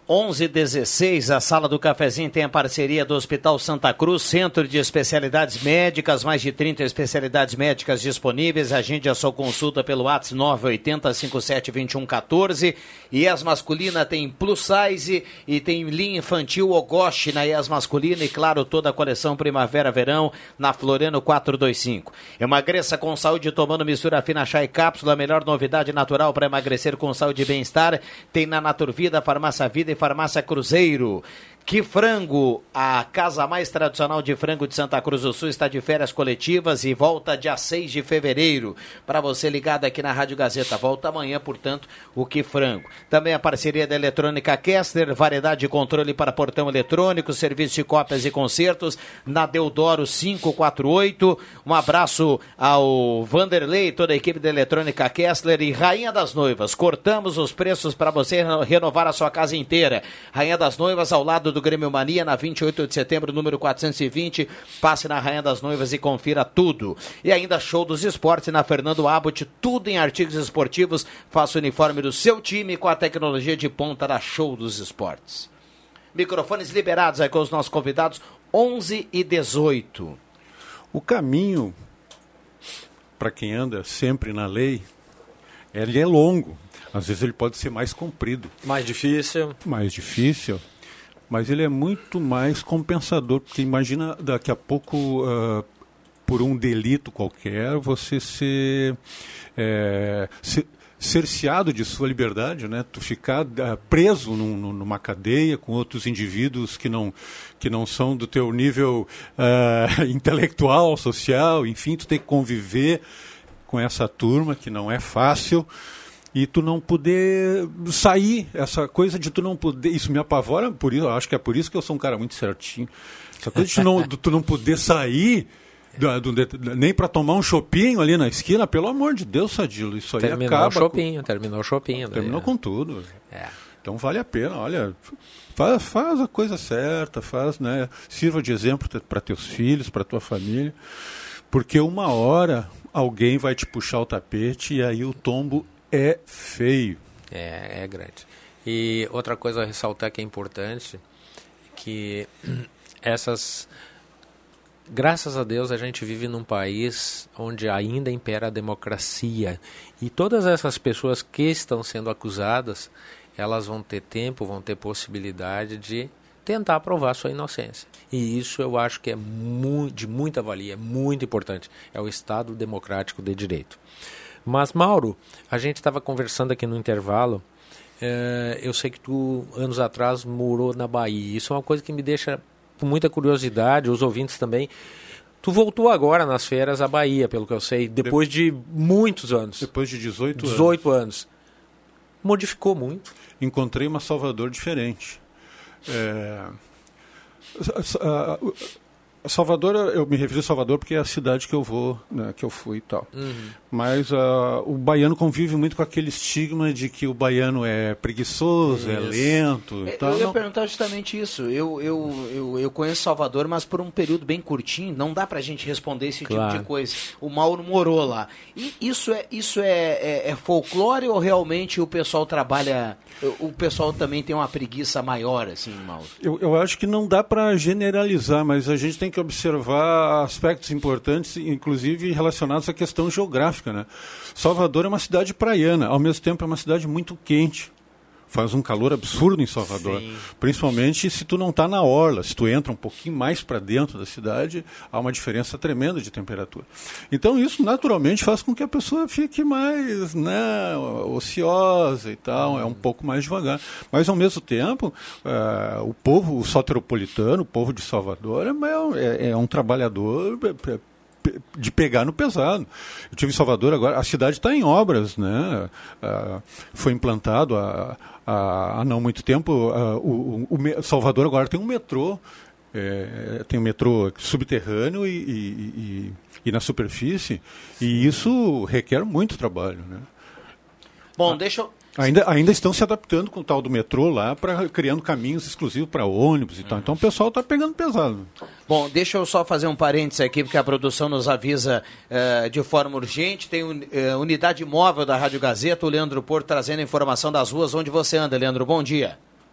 11h16, a Sala do Cafezinho tem a parceria do Hospital Santa Cruz, Centro de Especialidades Médicas, mais de 30 especialidades médicas disponíveis. Agende a sua consulta pelo WhatsApp 980-57-2114. IES Masculina tem Plus Size e tem linha infantil Ogoshi na IES Masculina e, claro, toda a coleção Primavera-Verão na Floriano 425. Emagreça com saúde tomando mistura fina chá e cápsula. A melhor novidade natural para emagrecer com saúde e bem-estar tem na Naturvida, Farmácia Vida e Farmácia Cruzeiro. Que Frango, a casa mais tradicional de frango de Santa Cruz do Sul, está de férias coletivas e volta dia 6 de fevereiro. Para você ligado aqui na Rádio Gazeta, volta amanhã, portanto, o Que Frango. Também a parceria da Eletrônica Kessler, variedade de controle para portão eletrônico, serviço de cópias e concertos, na Deodoro 548. Um abraço ao Vanderlei, toda a equipe da Eletrônica Kessler e Rainha das Noivas. Cortamos os preços para você renovar a sua casa inteira. Rainha das Noivas, ao lado do Grêmio Mania, na 28 de setembro, número 420. Passe na Rainha das Noivas e confira tudo. E ainda Show dos Esportes na Fernando Abbott, tudo em artigos esportivos. Faça o uniforme do seu time com a tecnologia de ponta da Show dos Esportes. Microfones liberados aí com os nossos convidados, 11h18. O caminho, para quem anda sempre na lei, ele é longo. Às vezes ele pode ser mais comprido. Mais difícil. Mas ele é muito mais compensador, porque imagina daqui a pouco, por um delito qualquer, você ser cerceado de sua liberdade, né? Tu ficar preso numa cadeia com outros indivíduos que não são do teu nível intelectual, social, enfim, tu tem que conviver com essa turma que não é fácil. E tu não poder sair, essa coisa de tu não poder, isso me apavora, por isso, eu acho que é por isso que eu sou um cara muito certinho. Essa coisa de tu não poder sair, nem para tomar um chopinho ali na esquina, pelo amor de Deus, Sadilo, isso aí acaba. Terminou o chopinho. Terminou com tudo. Então vale a pena, olha, faz a coisa certa, né, sirva de exemplo para teus filhos, para tua família, porque uma hora alguém vai te puxar o tapete e aí o tombo é feio. É grande. E outra coisa a ressaltar que é importante, que graças a Deus a gente vive num país onde ainda impera a democracia. E todas essas pessoas que estão sendo acusadas, elas vão ter tempo, vão ter possibilidade de tentar provar sua inocência. E isso eu acho que é de muita valia, é muito importante. É o Estado democrático de direito. Mas, Mauro, a gente estava conversando aqui no intervalo, eu sei que tu, anos atrás, morou na Bahia. Isso é uma coisa que me deixa com muita curiosidade, os ouvintes também. Tu voltou agora nas férias à Bahia, pelo que eu sei, depois de muitos anos. Depois de 18 anos. Modificou muito? Encontrei uma Salvador diferente. Salvador, eu me refiro a Salvador porque é a cidade que eu vou, né, que eu fui e tal. Mas o baiano convive muito com aquele estigma de que o baiano é preguiçoso, é lento e tal. Eu ia perguntar justamente isso. Eu conheço Salvador, mas por um período bem curtinho, não dá pra gente responder esse tipo de coisa. O Mauro morou lá. E isso é folclore ou realmente o pessoal trabalha... O pessoal também tem uma preguiça maior, assim, Mauro? Eu acho que não dá para generalizar, mas a gente tem que observar aspectos importantes, inclusive relacionados à questão geográfica, né? Salvador é uma cidade praiana, ao mesmo tempo é uma cidade muito quente. Faz um calor absurdo em Salvador. Sim. Principalmente se tu não está na orla. Se tu entra um pouquinho mais para dentro da cidade, há uma diferença tremenda de temperatura. Então isso naturalmente faz com que a pessoa fique mais, né, ociosa e tal, é um pouco mais devagar. Mas ao mesmo tempo, o povo, o soteropolitano, o povo de Salvador é um trabalhador de pegar no pesado. Eu estive em Salvador agora, a cidade está em obras, né? Foi implantado há não muito tempo, Salvador agora tem um metrô, tem um metrô subterrâneo e na superfície, e isso requer muito trabalho, né? Bom, deixa eu... Ainda estão se adaptando com o tal do metrô lá, criando caminhos exclusivos para ônibus e tal. Então o pessoal está pegando pesado. Bom, deixa eu só fazer um parênteses aqui, porque a produção nos avisa de forma urgente. Tem unidade móvel da Rádio Gazeta, o Leandro Porto trazendo informação das ruas onde você anda. Leandro, bom dia.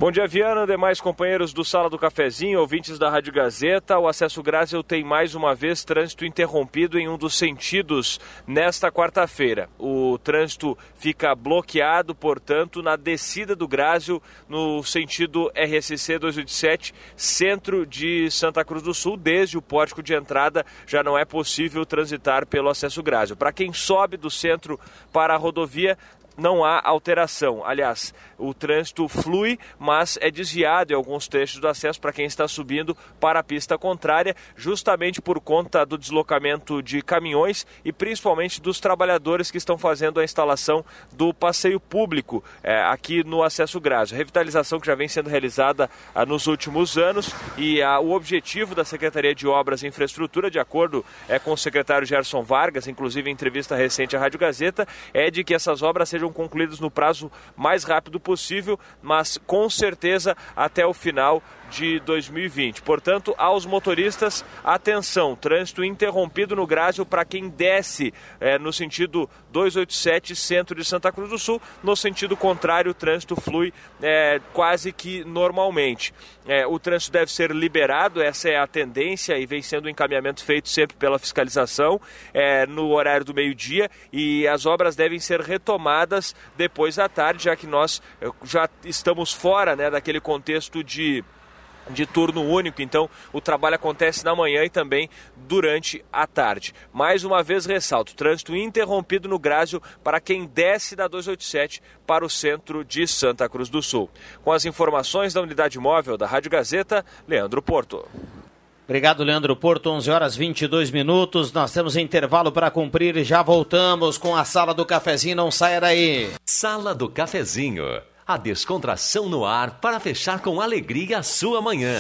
Bom dia, Viana, demais companheiros do Sala do Cafezinho, ouvintes da Rádio Gazeta. O Acesso Grázel tem mais uma vez trânsito interrompido em um dos sentidos nesta quarta-feira. O trânsito fica bloqueado, portanto, na descida do Grázel no sentido RSC 287, centro de Santa Cruz do Sul. Desde o pórtico de entrada já não é possível transitar pelo Acesso Grázel. Para quem sobe do centro para a rodovia, não há alteração. Aliás, o trânsito flui, mas é desviado em alguns trechos do acesso para quem está subindo para a pista contrária, justamente por conta do deslocamento de caminhões e principalmente dos trabalhadores que estão fazendo a instalação do passeio público aqui no Acesso Grázel. Revitalização que já vem sendo realizada nos últimos anos e o objetivo da Secretaria de Obras e Infraestrutura, de acordo com o secretário Gerson Vargas, inclusive em entrevista recente à Rádio Gazeta, é de que essas obras sejam concluídas no prazo mais rápido possível, mas com certeza até o final de 2020. Portanto, aos motoristas, atenção, trânsito interrompido no Grázel para quem desce no sentido 287, centro de Santa Cruz do Sul. No sentido contrário, o trânsito flui quase que normalmente. O trânsito deve ser liberado, essa é a tendência e vem sendo um encaminhamento feito sempre pela fiscalização no horário do meio-dia, e as obras devem ser retomadas depois da tarde, já que nós já estamos fora daquele contexto de turno único, então o trabalho acontece na manhã e também durante a tarde. Mais uma vez ressalto, trânsito interrompido no Grázel para quem desce da 287 para o centro de Santa Cruz do Sul. Com as informações da unidade móvel da Rádio Gazeta, Leandro Porto. Obrigado, Leandro Porto. 11 horas 22 minutos. Nós temos intervalo para cumprir e já voltamos com a Sala do Cafezinho. Não saia daí. Sala do Cafezinho. A descontração no ar para fechar com alegria a sua manhã.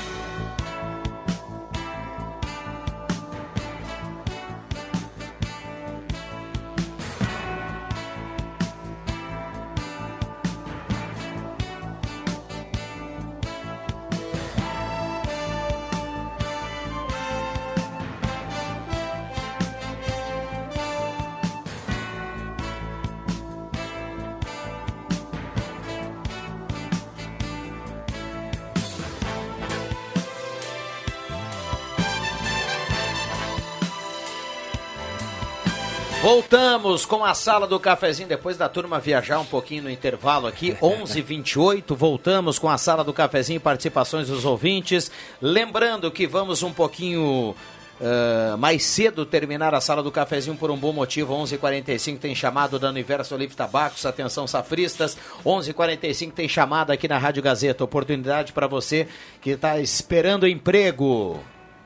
Voltamos com a Sala do Cafezinho, depois da turma viajar um pouquinho no intervalo aqui, 11h28, voltamos com a Sala do Cafezinho, participações dos ouvintes. Lembrando que vamos um pouquinho mais cedo terminar a Sala do Cafezinho por um bom motivo. 11h45 tem chamado da Universo Olive Tabacos, atenção safristas. 11h45 tem chamada aqui na Rádio Gazeta, oportunidade para você que está esperando emprego.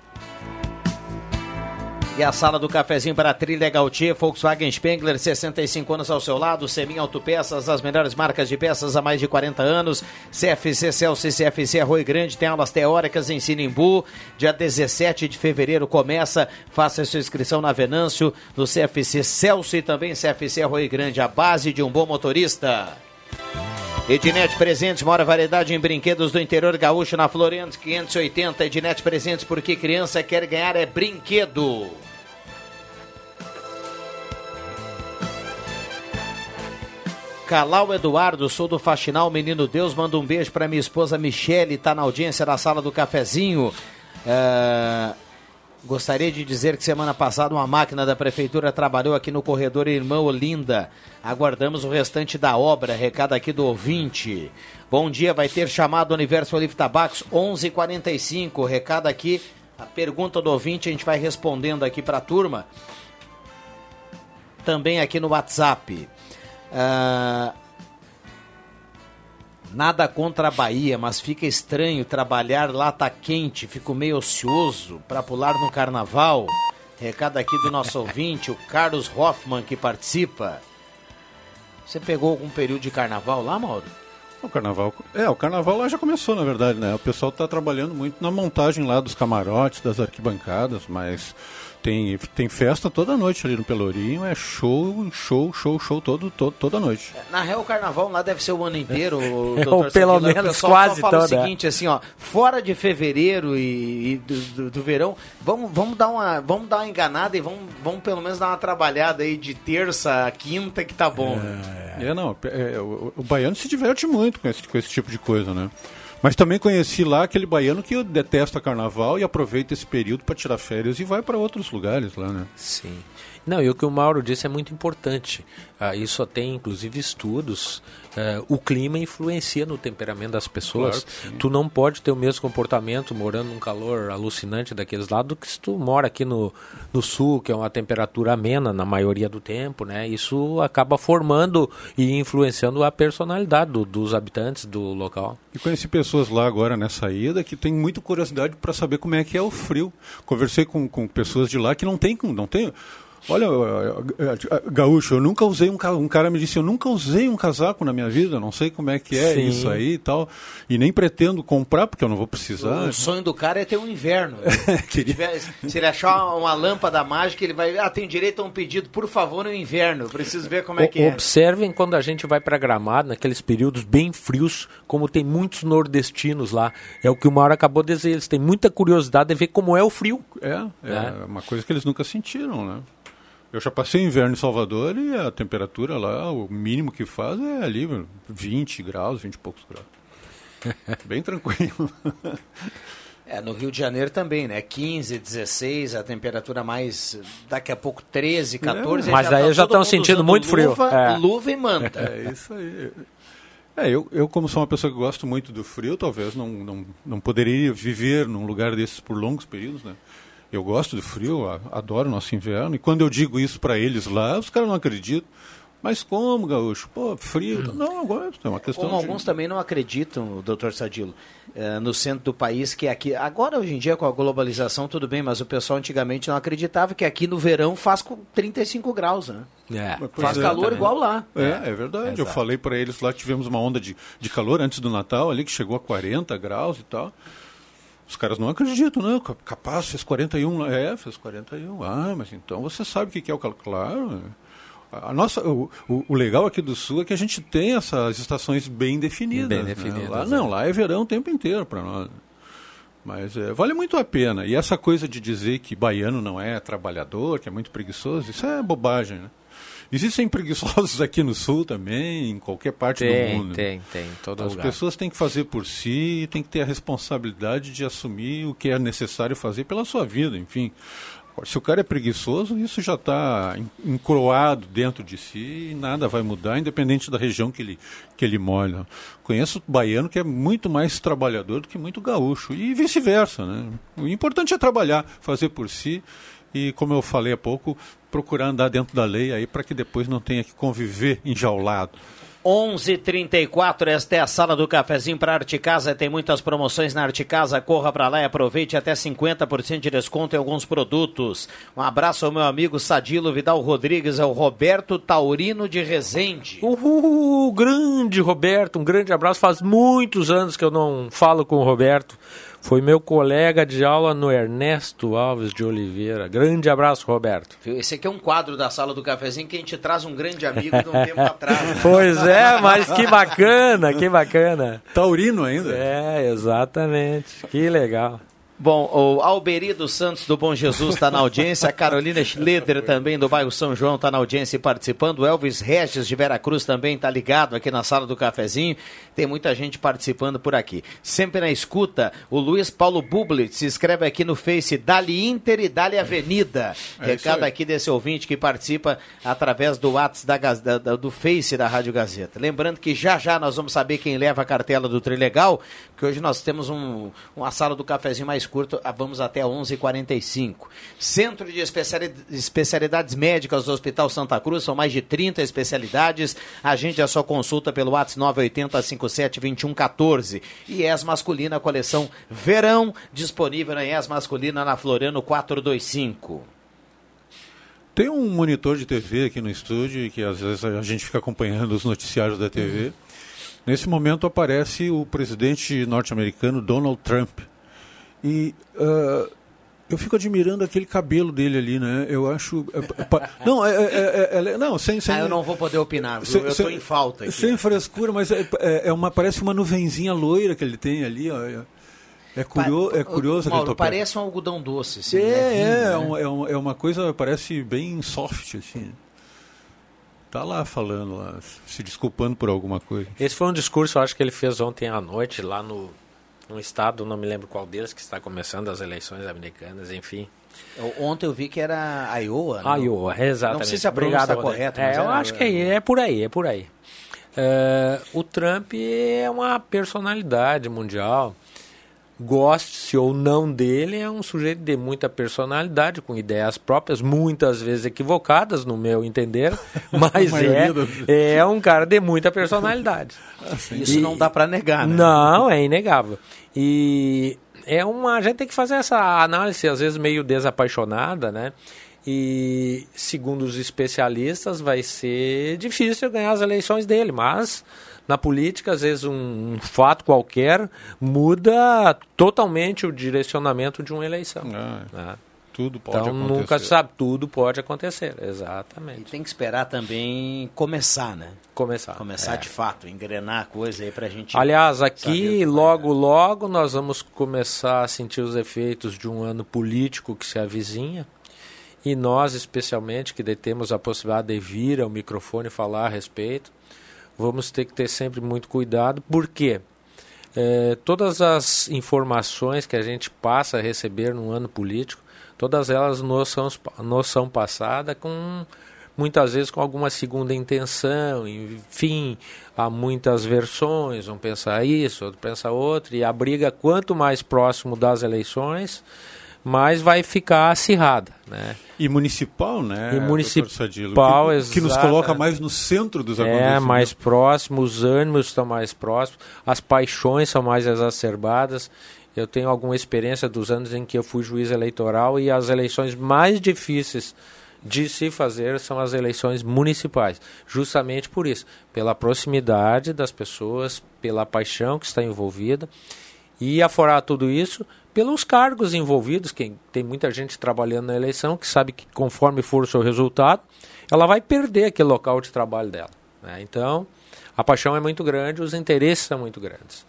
E a Sala do Cafezinho para a Trilha Gautier, Volkswagen Spengler, 65 anos ao seu lado, Semin Autopeças, as melhores marcas de peças há mais de 40 anos, CFC Celso e CFC Arroio Grande, tem aulas teóricas em Sinimbu, dia 17 de fevereiro começa, faça a sua inscrição na Venâncio, no CFC Celso e também CFC Arroio Grande, a base de um bom motorista. Ednet Presentes, maior variedade em brinquedos do interior gaúcho, na Floriano 580. Ednet Presentes, porque criança quer ganhar é brinquedo. Calau Eduardo, sou do Faxinal Menino Deus, manda um beijo para minha esposa Michele, tá na audiência da Sala do Cafezinho. Gostaria de dizer que semana passada uma máquina da prefeitura trabalhou aqui no corredor Irmã Olinda. Aguardamos o restante da obra. Recado aqui do ouvinte. Bom dia, vai ter chamado Universo Olive Tabacos 11h45. Recado aqui, a pergunta do ouvinte a gente vai respondendo aqui para a turma. Também aqui no WhatsApp. Nada contra a Bahia, mas fica estranho trabalhar lá, tá quente, fico meio ocioso para pular no carnaval. Recado aqui do nosso ouvinte, o Carlos Hoffman, que participa. Você pegou algum período de carnaval lá, Mauro? O carnaval lá já começou, na verdade, né? O pessoal está trabalhando muito na montagem lá dos camarotes, das arquibancadas, mas tem festa toda noite ali no Pelourinho, é show toda noite. Na real, o carnaval lá deve ser o ano inteiro, ou pelo menos quase todo. O seguinte, assim, ó, fora de fevereiro e do verão, vamos dar uma enganada e vamos pelo menos dar uma trabalhada aí de terça a quinta, que tá bom. O baiano se diverte muito com esse tipo de coisa, né? Mas também conheci lá aquele baiano que detesta carnaval e aproveita esse período para tirar férias e vai para outros lugares lá, né? Sim. Não, e o que o Mauro disse é muito importante. Isso tem, inclusive, estudos. O clima influencia no temperamento das pessoas. Claro, tu não pode ter o mesmo comportamento morando num calor alucinante daqueles lados do que se tu mora aqui no sul, que é uma temperatura amena na maioria do tempo, né? Isso acaba formando e influenciando a personalidade dos habitantes do local. E conheci pessoas lá agora nessa ida que têm muita curiosidade para saber como é que é o frio. Conversei com pessoas de lá que não tem. Olha, gaúcho, eu nunca usei um cara me disse, eu nunca usei um casaco na minha vida, não sei como é que é isso aí e tal, e nem pretendo comprar, porque eu não vou precisar. O sonho do cara é ter um inverno. Se ele achar uma lâmpada mágica, ele vai, tem direito a um pedido, por favor, no inverno, eu preciso ver como é que é. Observem quando a gente vai para Gramado, naqueles períodos bem frios, como tem muitos nordestinos lá, é o que o Mauro acabou de dizer, eles têm muita curiosidade de ver como é o frio. É uma coisa que eles nunca sentiram, né? Eu já passei inverno em Salvador e a temperatura lá, o mínimo que faz é ali 20 graus, 20 e poucos graus. Bem tranquilo. No Rio de Janeiro também, né? 15, 16, a temperatura mais, daqui a pouco 13, 14. Mas aí já estão sentindo muito frio. Luva e manta. É isso aí. Eu como sou uma pessoa que gosto muito do frio, talvez não poderia viver num lugar desses por longos períodos, né? Eu gosto do frio, adoro o nosso inverno. E quando eu digo isso para eles lá, os caras não acreditam. Mas como, gaúcho? Pô, frio. Não, eu gosto. É uma questão como alguns também não acreditam, doutor Sadilo, no centro do país, que aqui... Agora, hoje em dia, com a globalização, tudo bem, mas o pessoal antigamente não acreditava que aqui no verão faz 35 graus, né? Faz calor igual lá. É verdade. Exato. Eu falei para eles lá, tivemos uma onda de calor antes do Natal ali, que chegou a 40 graus e tal. Os caras não acreditam, não. Capaz, fez 41. Fez 41. Mas então você sabe o que é o calor. Claro. O legal aqui do Sul é que a gente tem essas estações bem definidas. Lá é verão o tempo inteiro para nós. Mas vale muito a pena. E essa coisa de dizer que baiano não é trabalhador, que é muito preguiçoso, isso é bobagem, né? Existem preguiçosos aqui no Sul também, em qualquer parte do mundo. Tem, todo lugar. As pessoas têm que fazer por si, têm que ter a responsabilidade de assumir o que é necessário fazer pela sua vida, enfim. Se o cara é preguiçoso, isso já está encroado dentro de si e nada vai mudar, independente da região que ele mora. Conheço baiano que é muito mais trabalhador do que muito gaúcho, e vice-versa, né? O importante é trabalhar, fazer por si. E, como eu falei há pouco, procurar andar dentro da lei aí para que depois não tenha que conviver enjaulado. 11h34, esta é a sala do cafezinho para Arte Casa. Tem muitas promoções na Arte Casa. Corra para lá e aproveite até 50% de desconto em alguns produtos. Um abraço ao meu amigo Sadilo Vidal Rodrigues, é o Roberto Taurino de Resende. Grande Roberto, um grande abraço. Faz muitos anos que eu não falo com o Roberto. Foi meu colega de aula no Ernesto Alves de Oliveira. Grande abraço, Roberto. Esse aqui é um quadro da sala do cafezinho que a gente traz um grande amigo de um tempo atrás. Pois mas que bacana. Taurino ainda? Exatamente. Que legal. Bom, o Alberi dos Santos do Bom Jesus está na audiência, a Carolina Schleder também do bairro São João está na audiência e participando, o Elvis Regis de Veracruz também está ligado aqui na sala do cafezinho, tem muita gente participando por aqui. Sempre na escuta, o Luiz Paulo Bublitz se inscreve aqui no Face, Dali Inter e Dali Avenida. Recado aqui desse ouvinte que participa através do WhatsApp do Face da Rádio Gazeta. Lembrando que já nós vamos saber quem leva a cartela do Trilegal, que hoje nós temos uma sala do cafezinho mais curto, vamos até 11h45. Centro de Especialidades Médicas do Hospital Santa Cruz, são mais de 30 especialidades. Agende a sua consulta pelo WhatsApp 980-57-2114. E ES Masculina, coleção Verão, disponível na ES Masculina na Floriano 425. Tem um monitor de TV aqui no estúdio, que às vezes a gente fica acompanhando os noticiários da TV. Nesse momento aparece o presidente norte-americano Donald Trump. E eu fico admirando aquele cabelo dele ali, né? Eu acho... eu não vou poder opinar, eu estou em falta aqui. Sem frescura, mas parece uma nuvenzinha loira que ele tem ali, ó. É curioso Mauro, parece um algodão doce. Assim, é uma coisa, parece bem soft, assim. Está lá falando, lá, se desculpando por alguma coisa. Esse foi um discurso, eu acho que ele fez ontem à noite, lá no estado, não me lembro qual deles, que está começando as eleições americanas, enfim. Ontem eu vi que era Iowa. Né? Iowa, exatamente. Não sei se a pronúncia está correta. Mas eu acho que é por aí. O Trump é uma personalidade mundial. Goste-se ou não dele, é um sujeito de muita personalidade, com ideias próprias, muitas vezes equivocadas, no meu entender, mas é um cara de muita personalidade. Isso não dá para negar, né? Não, é inegável. E a gente tem que fazer essa análise, às vezes meio desapaixonada, né? E, segundo os especialistas, vai ser difícil ganhar as eleições dele, mas na política, às vezes, um fato qualquer muda totalmente o direcionamento de uma eleição. Tudo pode acontecer. Então, nunca se sabe, tudo pode acontecer, exatamente. E tem que esperar também começar, né? Começar de fato, engrenar a coisa aí pra gente... Aliás, aqui, logo nós vamos começar a sentir os efeitos de um ano político que se avizinha. E nós, especialmente, que temos a possibilidade de vir ao microfone e falar a respeito, vamos ter que ter sempre muito cuidado, porque todas as informações que a gente passa a receber no ano político, todas elas nos são passadas muitas vezes com alguma segunda intenção, enfim, há muitas versões, um pensa isso, outro pensa outro, e a briga, quanto mais próximo das eleições, mais vai ficar acirrada, né? E municipal, né? E municipal, que nos coloca mais no centro dos acontecimentos. Mais próximo, os ânimos estão mais próximos, as paixões são mais exacerbadas. Eu tenho alguma experiência dos anos em que eu fui juiz eleitoral e as eleições mais difíceis de se fazer são as eleições municipais, justamente por isso, pela proximidade das pessoas, pela paixão que está envolvida, e aforar tudo isso pelos cargos envolvidos, que tem muita gente trabalhando na eleição que sabe que conforme for o seu resultado, ela vai perder aquele local de trabalho dela, né? Então, a paixão é muito grande, os interesses são muito grandes.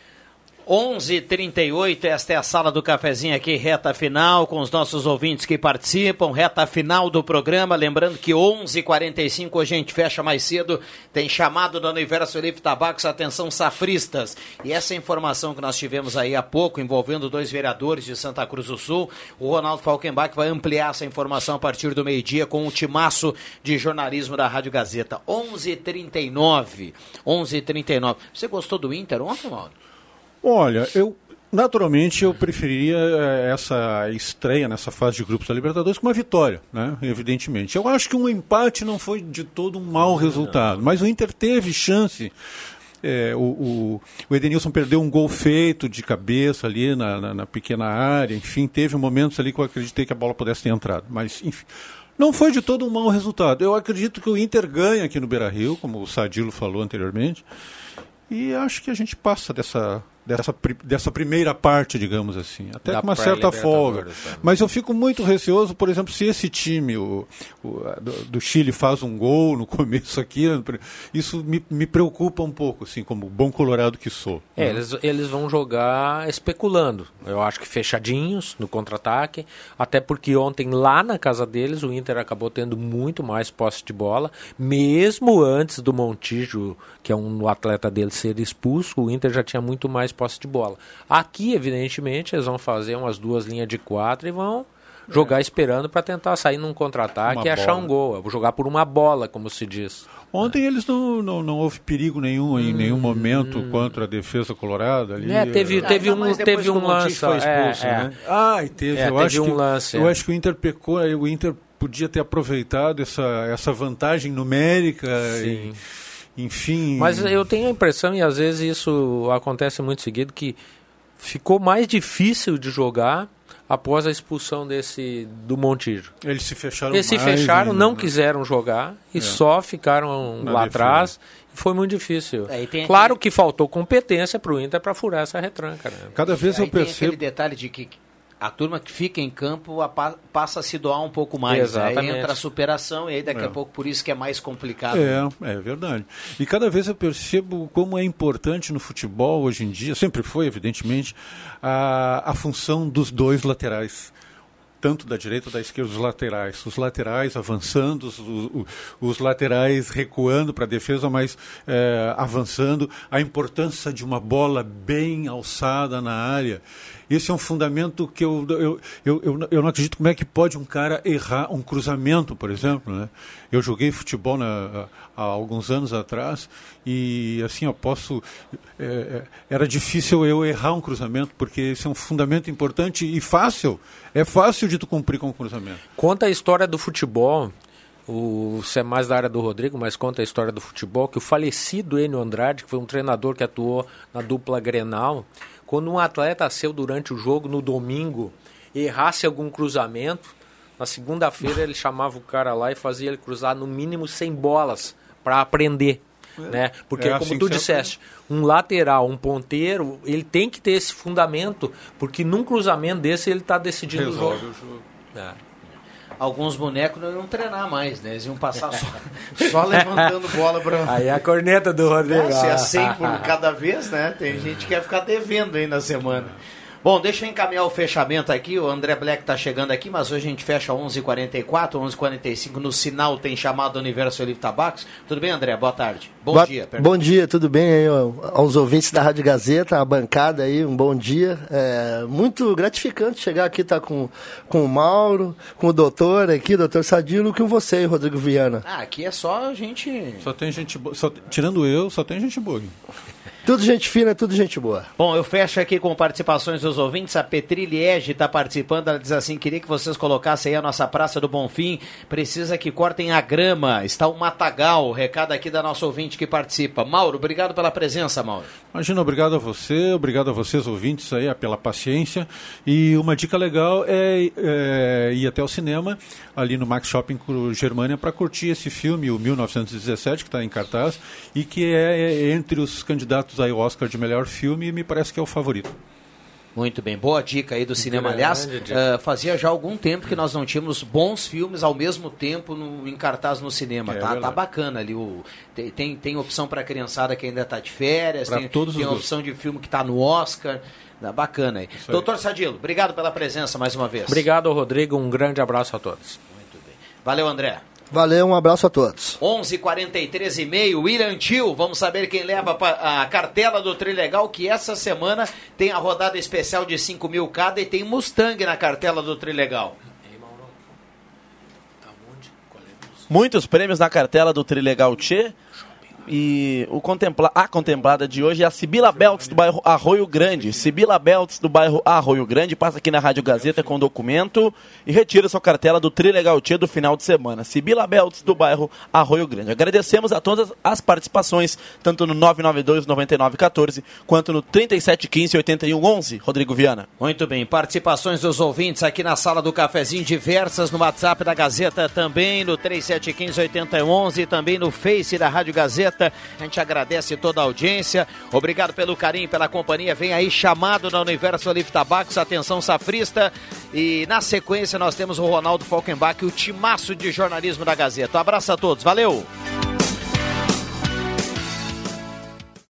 11h38, esta é a Sala do Cafezinho aqui, reta final, com os nossos ouvintes que participam, reta final do programa, lembrando que 11h45 hoje a gente fecha mais cedo, tem chamado da Universo Livre Tabacos, atenção safristas, e essa informação que nós tivemos aí há pouco, envolvendo 2 vereadores de Santa Cruz do Sul, o Ronaldo Falkenbach vai ampliar essa informação a partir do meio-dia com o timaço de jornalismo da Rádio Gazeta. 11h39, você gostou do Inter ontem, Mauro? Olha, naturalmente eu preferiria essa estreia nessa fase de grupos da Libertadores com uma vitória, né? Evidentemente. Eu acho que um empate não foi de todo um mau resultado, mas o Inter teve chance. O Edenilson perdeu um gol feito de cabeça ali na pequena área, enfim, teve momentos ali que eu acreditei que a bola pudesse ter entrado, mas enfim. Não foi de todo um mau resultado. Eu acredito que o Inter ganha aqui no Beira-Rio, como o Sadilo falou anteriormente, e acho que a gente passa dessa primeira parte, digamos assim, até com uma certa folga. Mas eu fico muito receoso, por exemplo, se esse time do Chile faz um gol no começo aqui, isso me preocupa um pouco, assim, como bom colorado que sou. Eles vão jogar especulando, eu acho que fechadinhos no contra-ataque, até porque ontem lá na casa deles o Inter acabou tendo muito mais posse de bola, mesmo antes do Montijo, que é um atleta dele, ser expulso, o Inter já tinha muito mais posse de bola. Aqui, evidentemente, eles vão fazer umas 2 linhas de 4 e vão jogar esperando para tentar sair num contra-ataque e achar um gol. Vou jogar por uma bola, como se diz. Ontem eles não houve perigo nenhum em nenhum momento contra a defesa colorada. Ali, teve um lance. Foi expulso, né? Teve um lance. Eu acho que o Inter pecou, o Inter podia ter aproveitado essa vantagem numérica. Sim. Enfim. Mas eu tenho a impressão, e às vezes isso acontece muito seguido, que ficou mais difícil de jogar após a expulsão do Montijo. Eles se fecharam ainda, não quiseram jogar e só ficaram lá atrás. E foi muito difícil. Claro que faltou competência para o Inter para furar essa retranca. Né? Cada vez eu percebo... Tem aquele detalhe de que a turma que fica em campo passa a se doar um pouco mais. Aí entra a superação e aí daqui a pouco por isso que é mais complicado. É verdade. E cada vez eu percebo como é importante no futebol hoje em dia, sempre foi evidentemente, a função dos 2 laterais. tanto da direita ou da esquerda, os laterais avançando, os laterais recuando para a defesa, mas avançando, a importância de uma bola bem alçada na área. Esse é um fundamento que eu não acredito como é que pode um cara errar um cruzamento, por exemplo, né? Eu joguei futebol há alguns anos atrás e assim eu posso... era difícil eu errar um cruzamento, porque esse é um fundamento importante e fácil. É fácil de tu cumprir com o cruzamento. Conta a história do futebol... Você é mais da área do Rodrigo, mas conta a história do futebol, que o falecido Enio Andrade, que foi um treinador que atuou na dupla Grenal, quando um atleta seu durante o jogo, no domingo, errasse algum cruzamento, na segunda-feira ele chamava o cara lá e fazia ele cruzar no mínimo 100 bolas para aprender. Né? Porque, como assim tu disseste, um lateral, um ponteiro, ele tem que ter esse fundamento, porque num cruzamento desse ele está decidindo o jogo. Alguns bonecos não iam treinar mais, né? Eles iam passar só levantando bola para... Aí é a corneta do Rodrigo. Se é 100 por cada vez, né? Tem gente que quer ficar devendo aí na semana. Bom, deixa eu encaminhar o fechamento aqui. O André Black está chegando aqui, mas hoje a gente fecha 11h44, 11h45. No sinal tem chamado Universo Olive Tabacos. Tudo bem, André? Boa tarde. Bom dia. Perdão. Bom dia, tudo bem aí aos ouvintes da Rádio Gazeta, a bancada aí, um bom dia. É muito gratificante chegar aqui, tá com o Mauro, com o doutor aqui, doutor Sadilo, com você, Rodrigo Viana. Aqui é só gente... Só tem gente boa. Tirando eu, só tem gente boa. Tudo gente fina, tudo gente boa. Bom, eu fecho aqui com participações dos ouvintes. A Petri Liege está participando. Ela diz assim: queria que vocês colocassem aí a nossa Praça do Bonfim. Precisa que cortem a grama. Está um matagal. Recado aqui da nossa ouvinte que participa. Mauro, obrigado pela presença, Mauro. Imagina, obrigado a você, obrigado a vocês, ouvintes, aí, pela paciência. E uma dica legal é ir até o cinema, ali no Max Shopping Germânia, para curtir esse filme, o 1917, que está em cartaz, e que é entre os candidatos ao Oscar de melhor filme, e me parece que é o favorito. Muito bem, boa dica aí do cinema. Aliás, fazia já algum tempo que nós não tínhamos bons filmes ao mesmo tempo em cartaz no cinema. Tá bacana ali. Tem opção para a criançada que ainda está de férias, tem a opção de filme que está no Oscar. Bacana aí. Doutor Sadilo, obrigado pela presença mais uma vez. Obrigado, Rodrigo. Um grande abraço a todos. Muito bem. Valeu, André. Valeu, um abraço a todos. 11h43h30, William Tio, vamos saber quem leva a cartela do Trilegal, que essa semana tem a rodada especial de 5 mil cada e tem Mustang na cartela do Trilegal. Muitos prêmios na cartela do Trilegal Tchê. E a contemplada de hoje é a Sibila Belts do bairro Arroio Grande. Sibila Belts do bairro Arroio Grande passa aqui na Rádio Gazeta com documento e retira sua cartela do Trilegal Tchê do final de semana. Sibila Belts do bairro Arroio Grande. Agradecemos a todas as participações, tanto no 992-9914 quanto no 3715-8111. Rodrigo Viana. Muito bem, participações dos ouvintes aqui na sala do cafezinho, diversas no WhatsApp da Gazeta também, no 3715-8111 e também no Face da Rádio Gazeta. A gente agradece toda a audiência. Obrigado pelo carinho, pela companhia. Vem aí chamado na Universo Olive Tabacos. Atenção, safrista. E na sequência nós temos o Ronaldo Falkenbach, o timaço de jornalismo da Gazeta. Um abraço a todos. Valeu!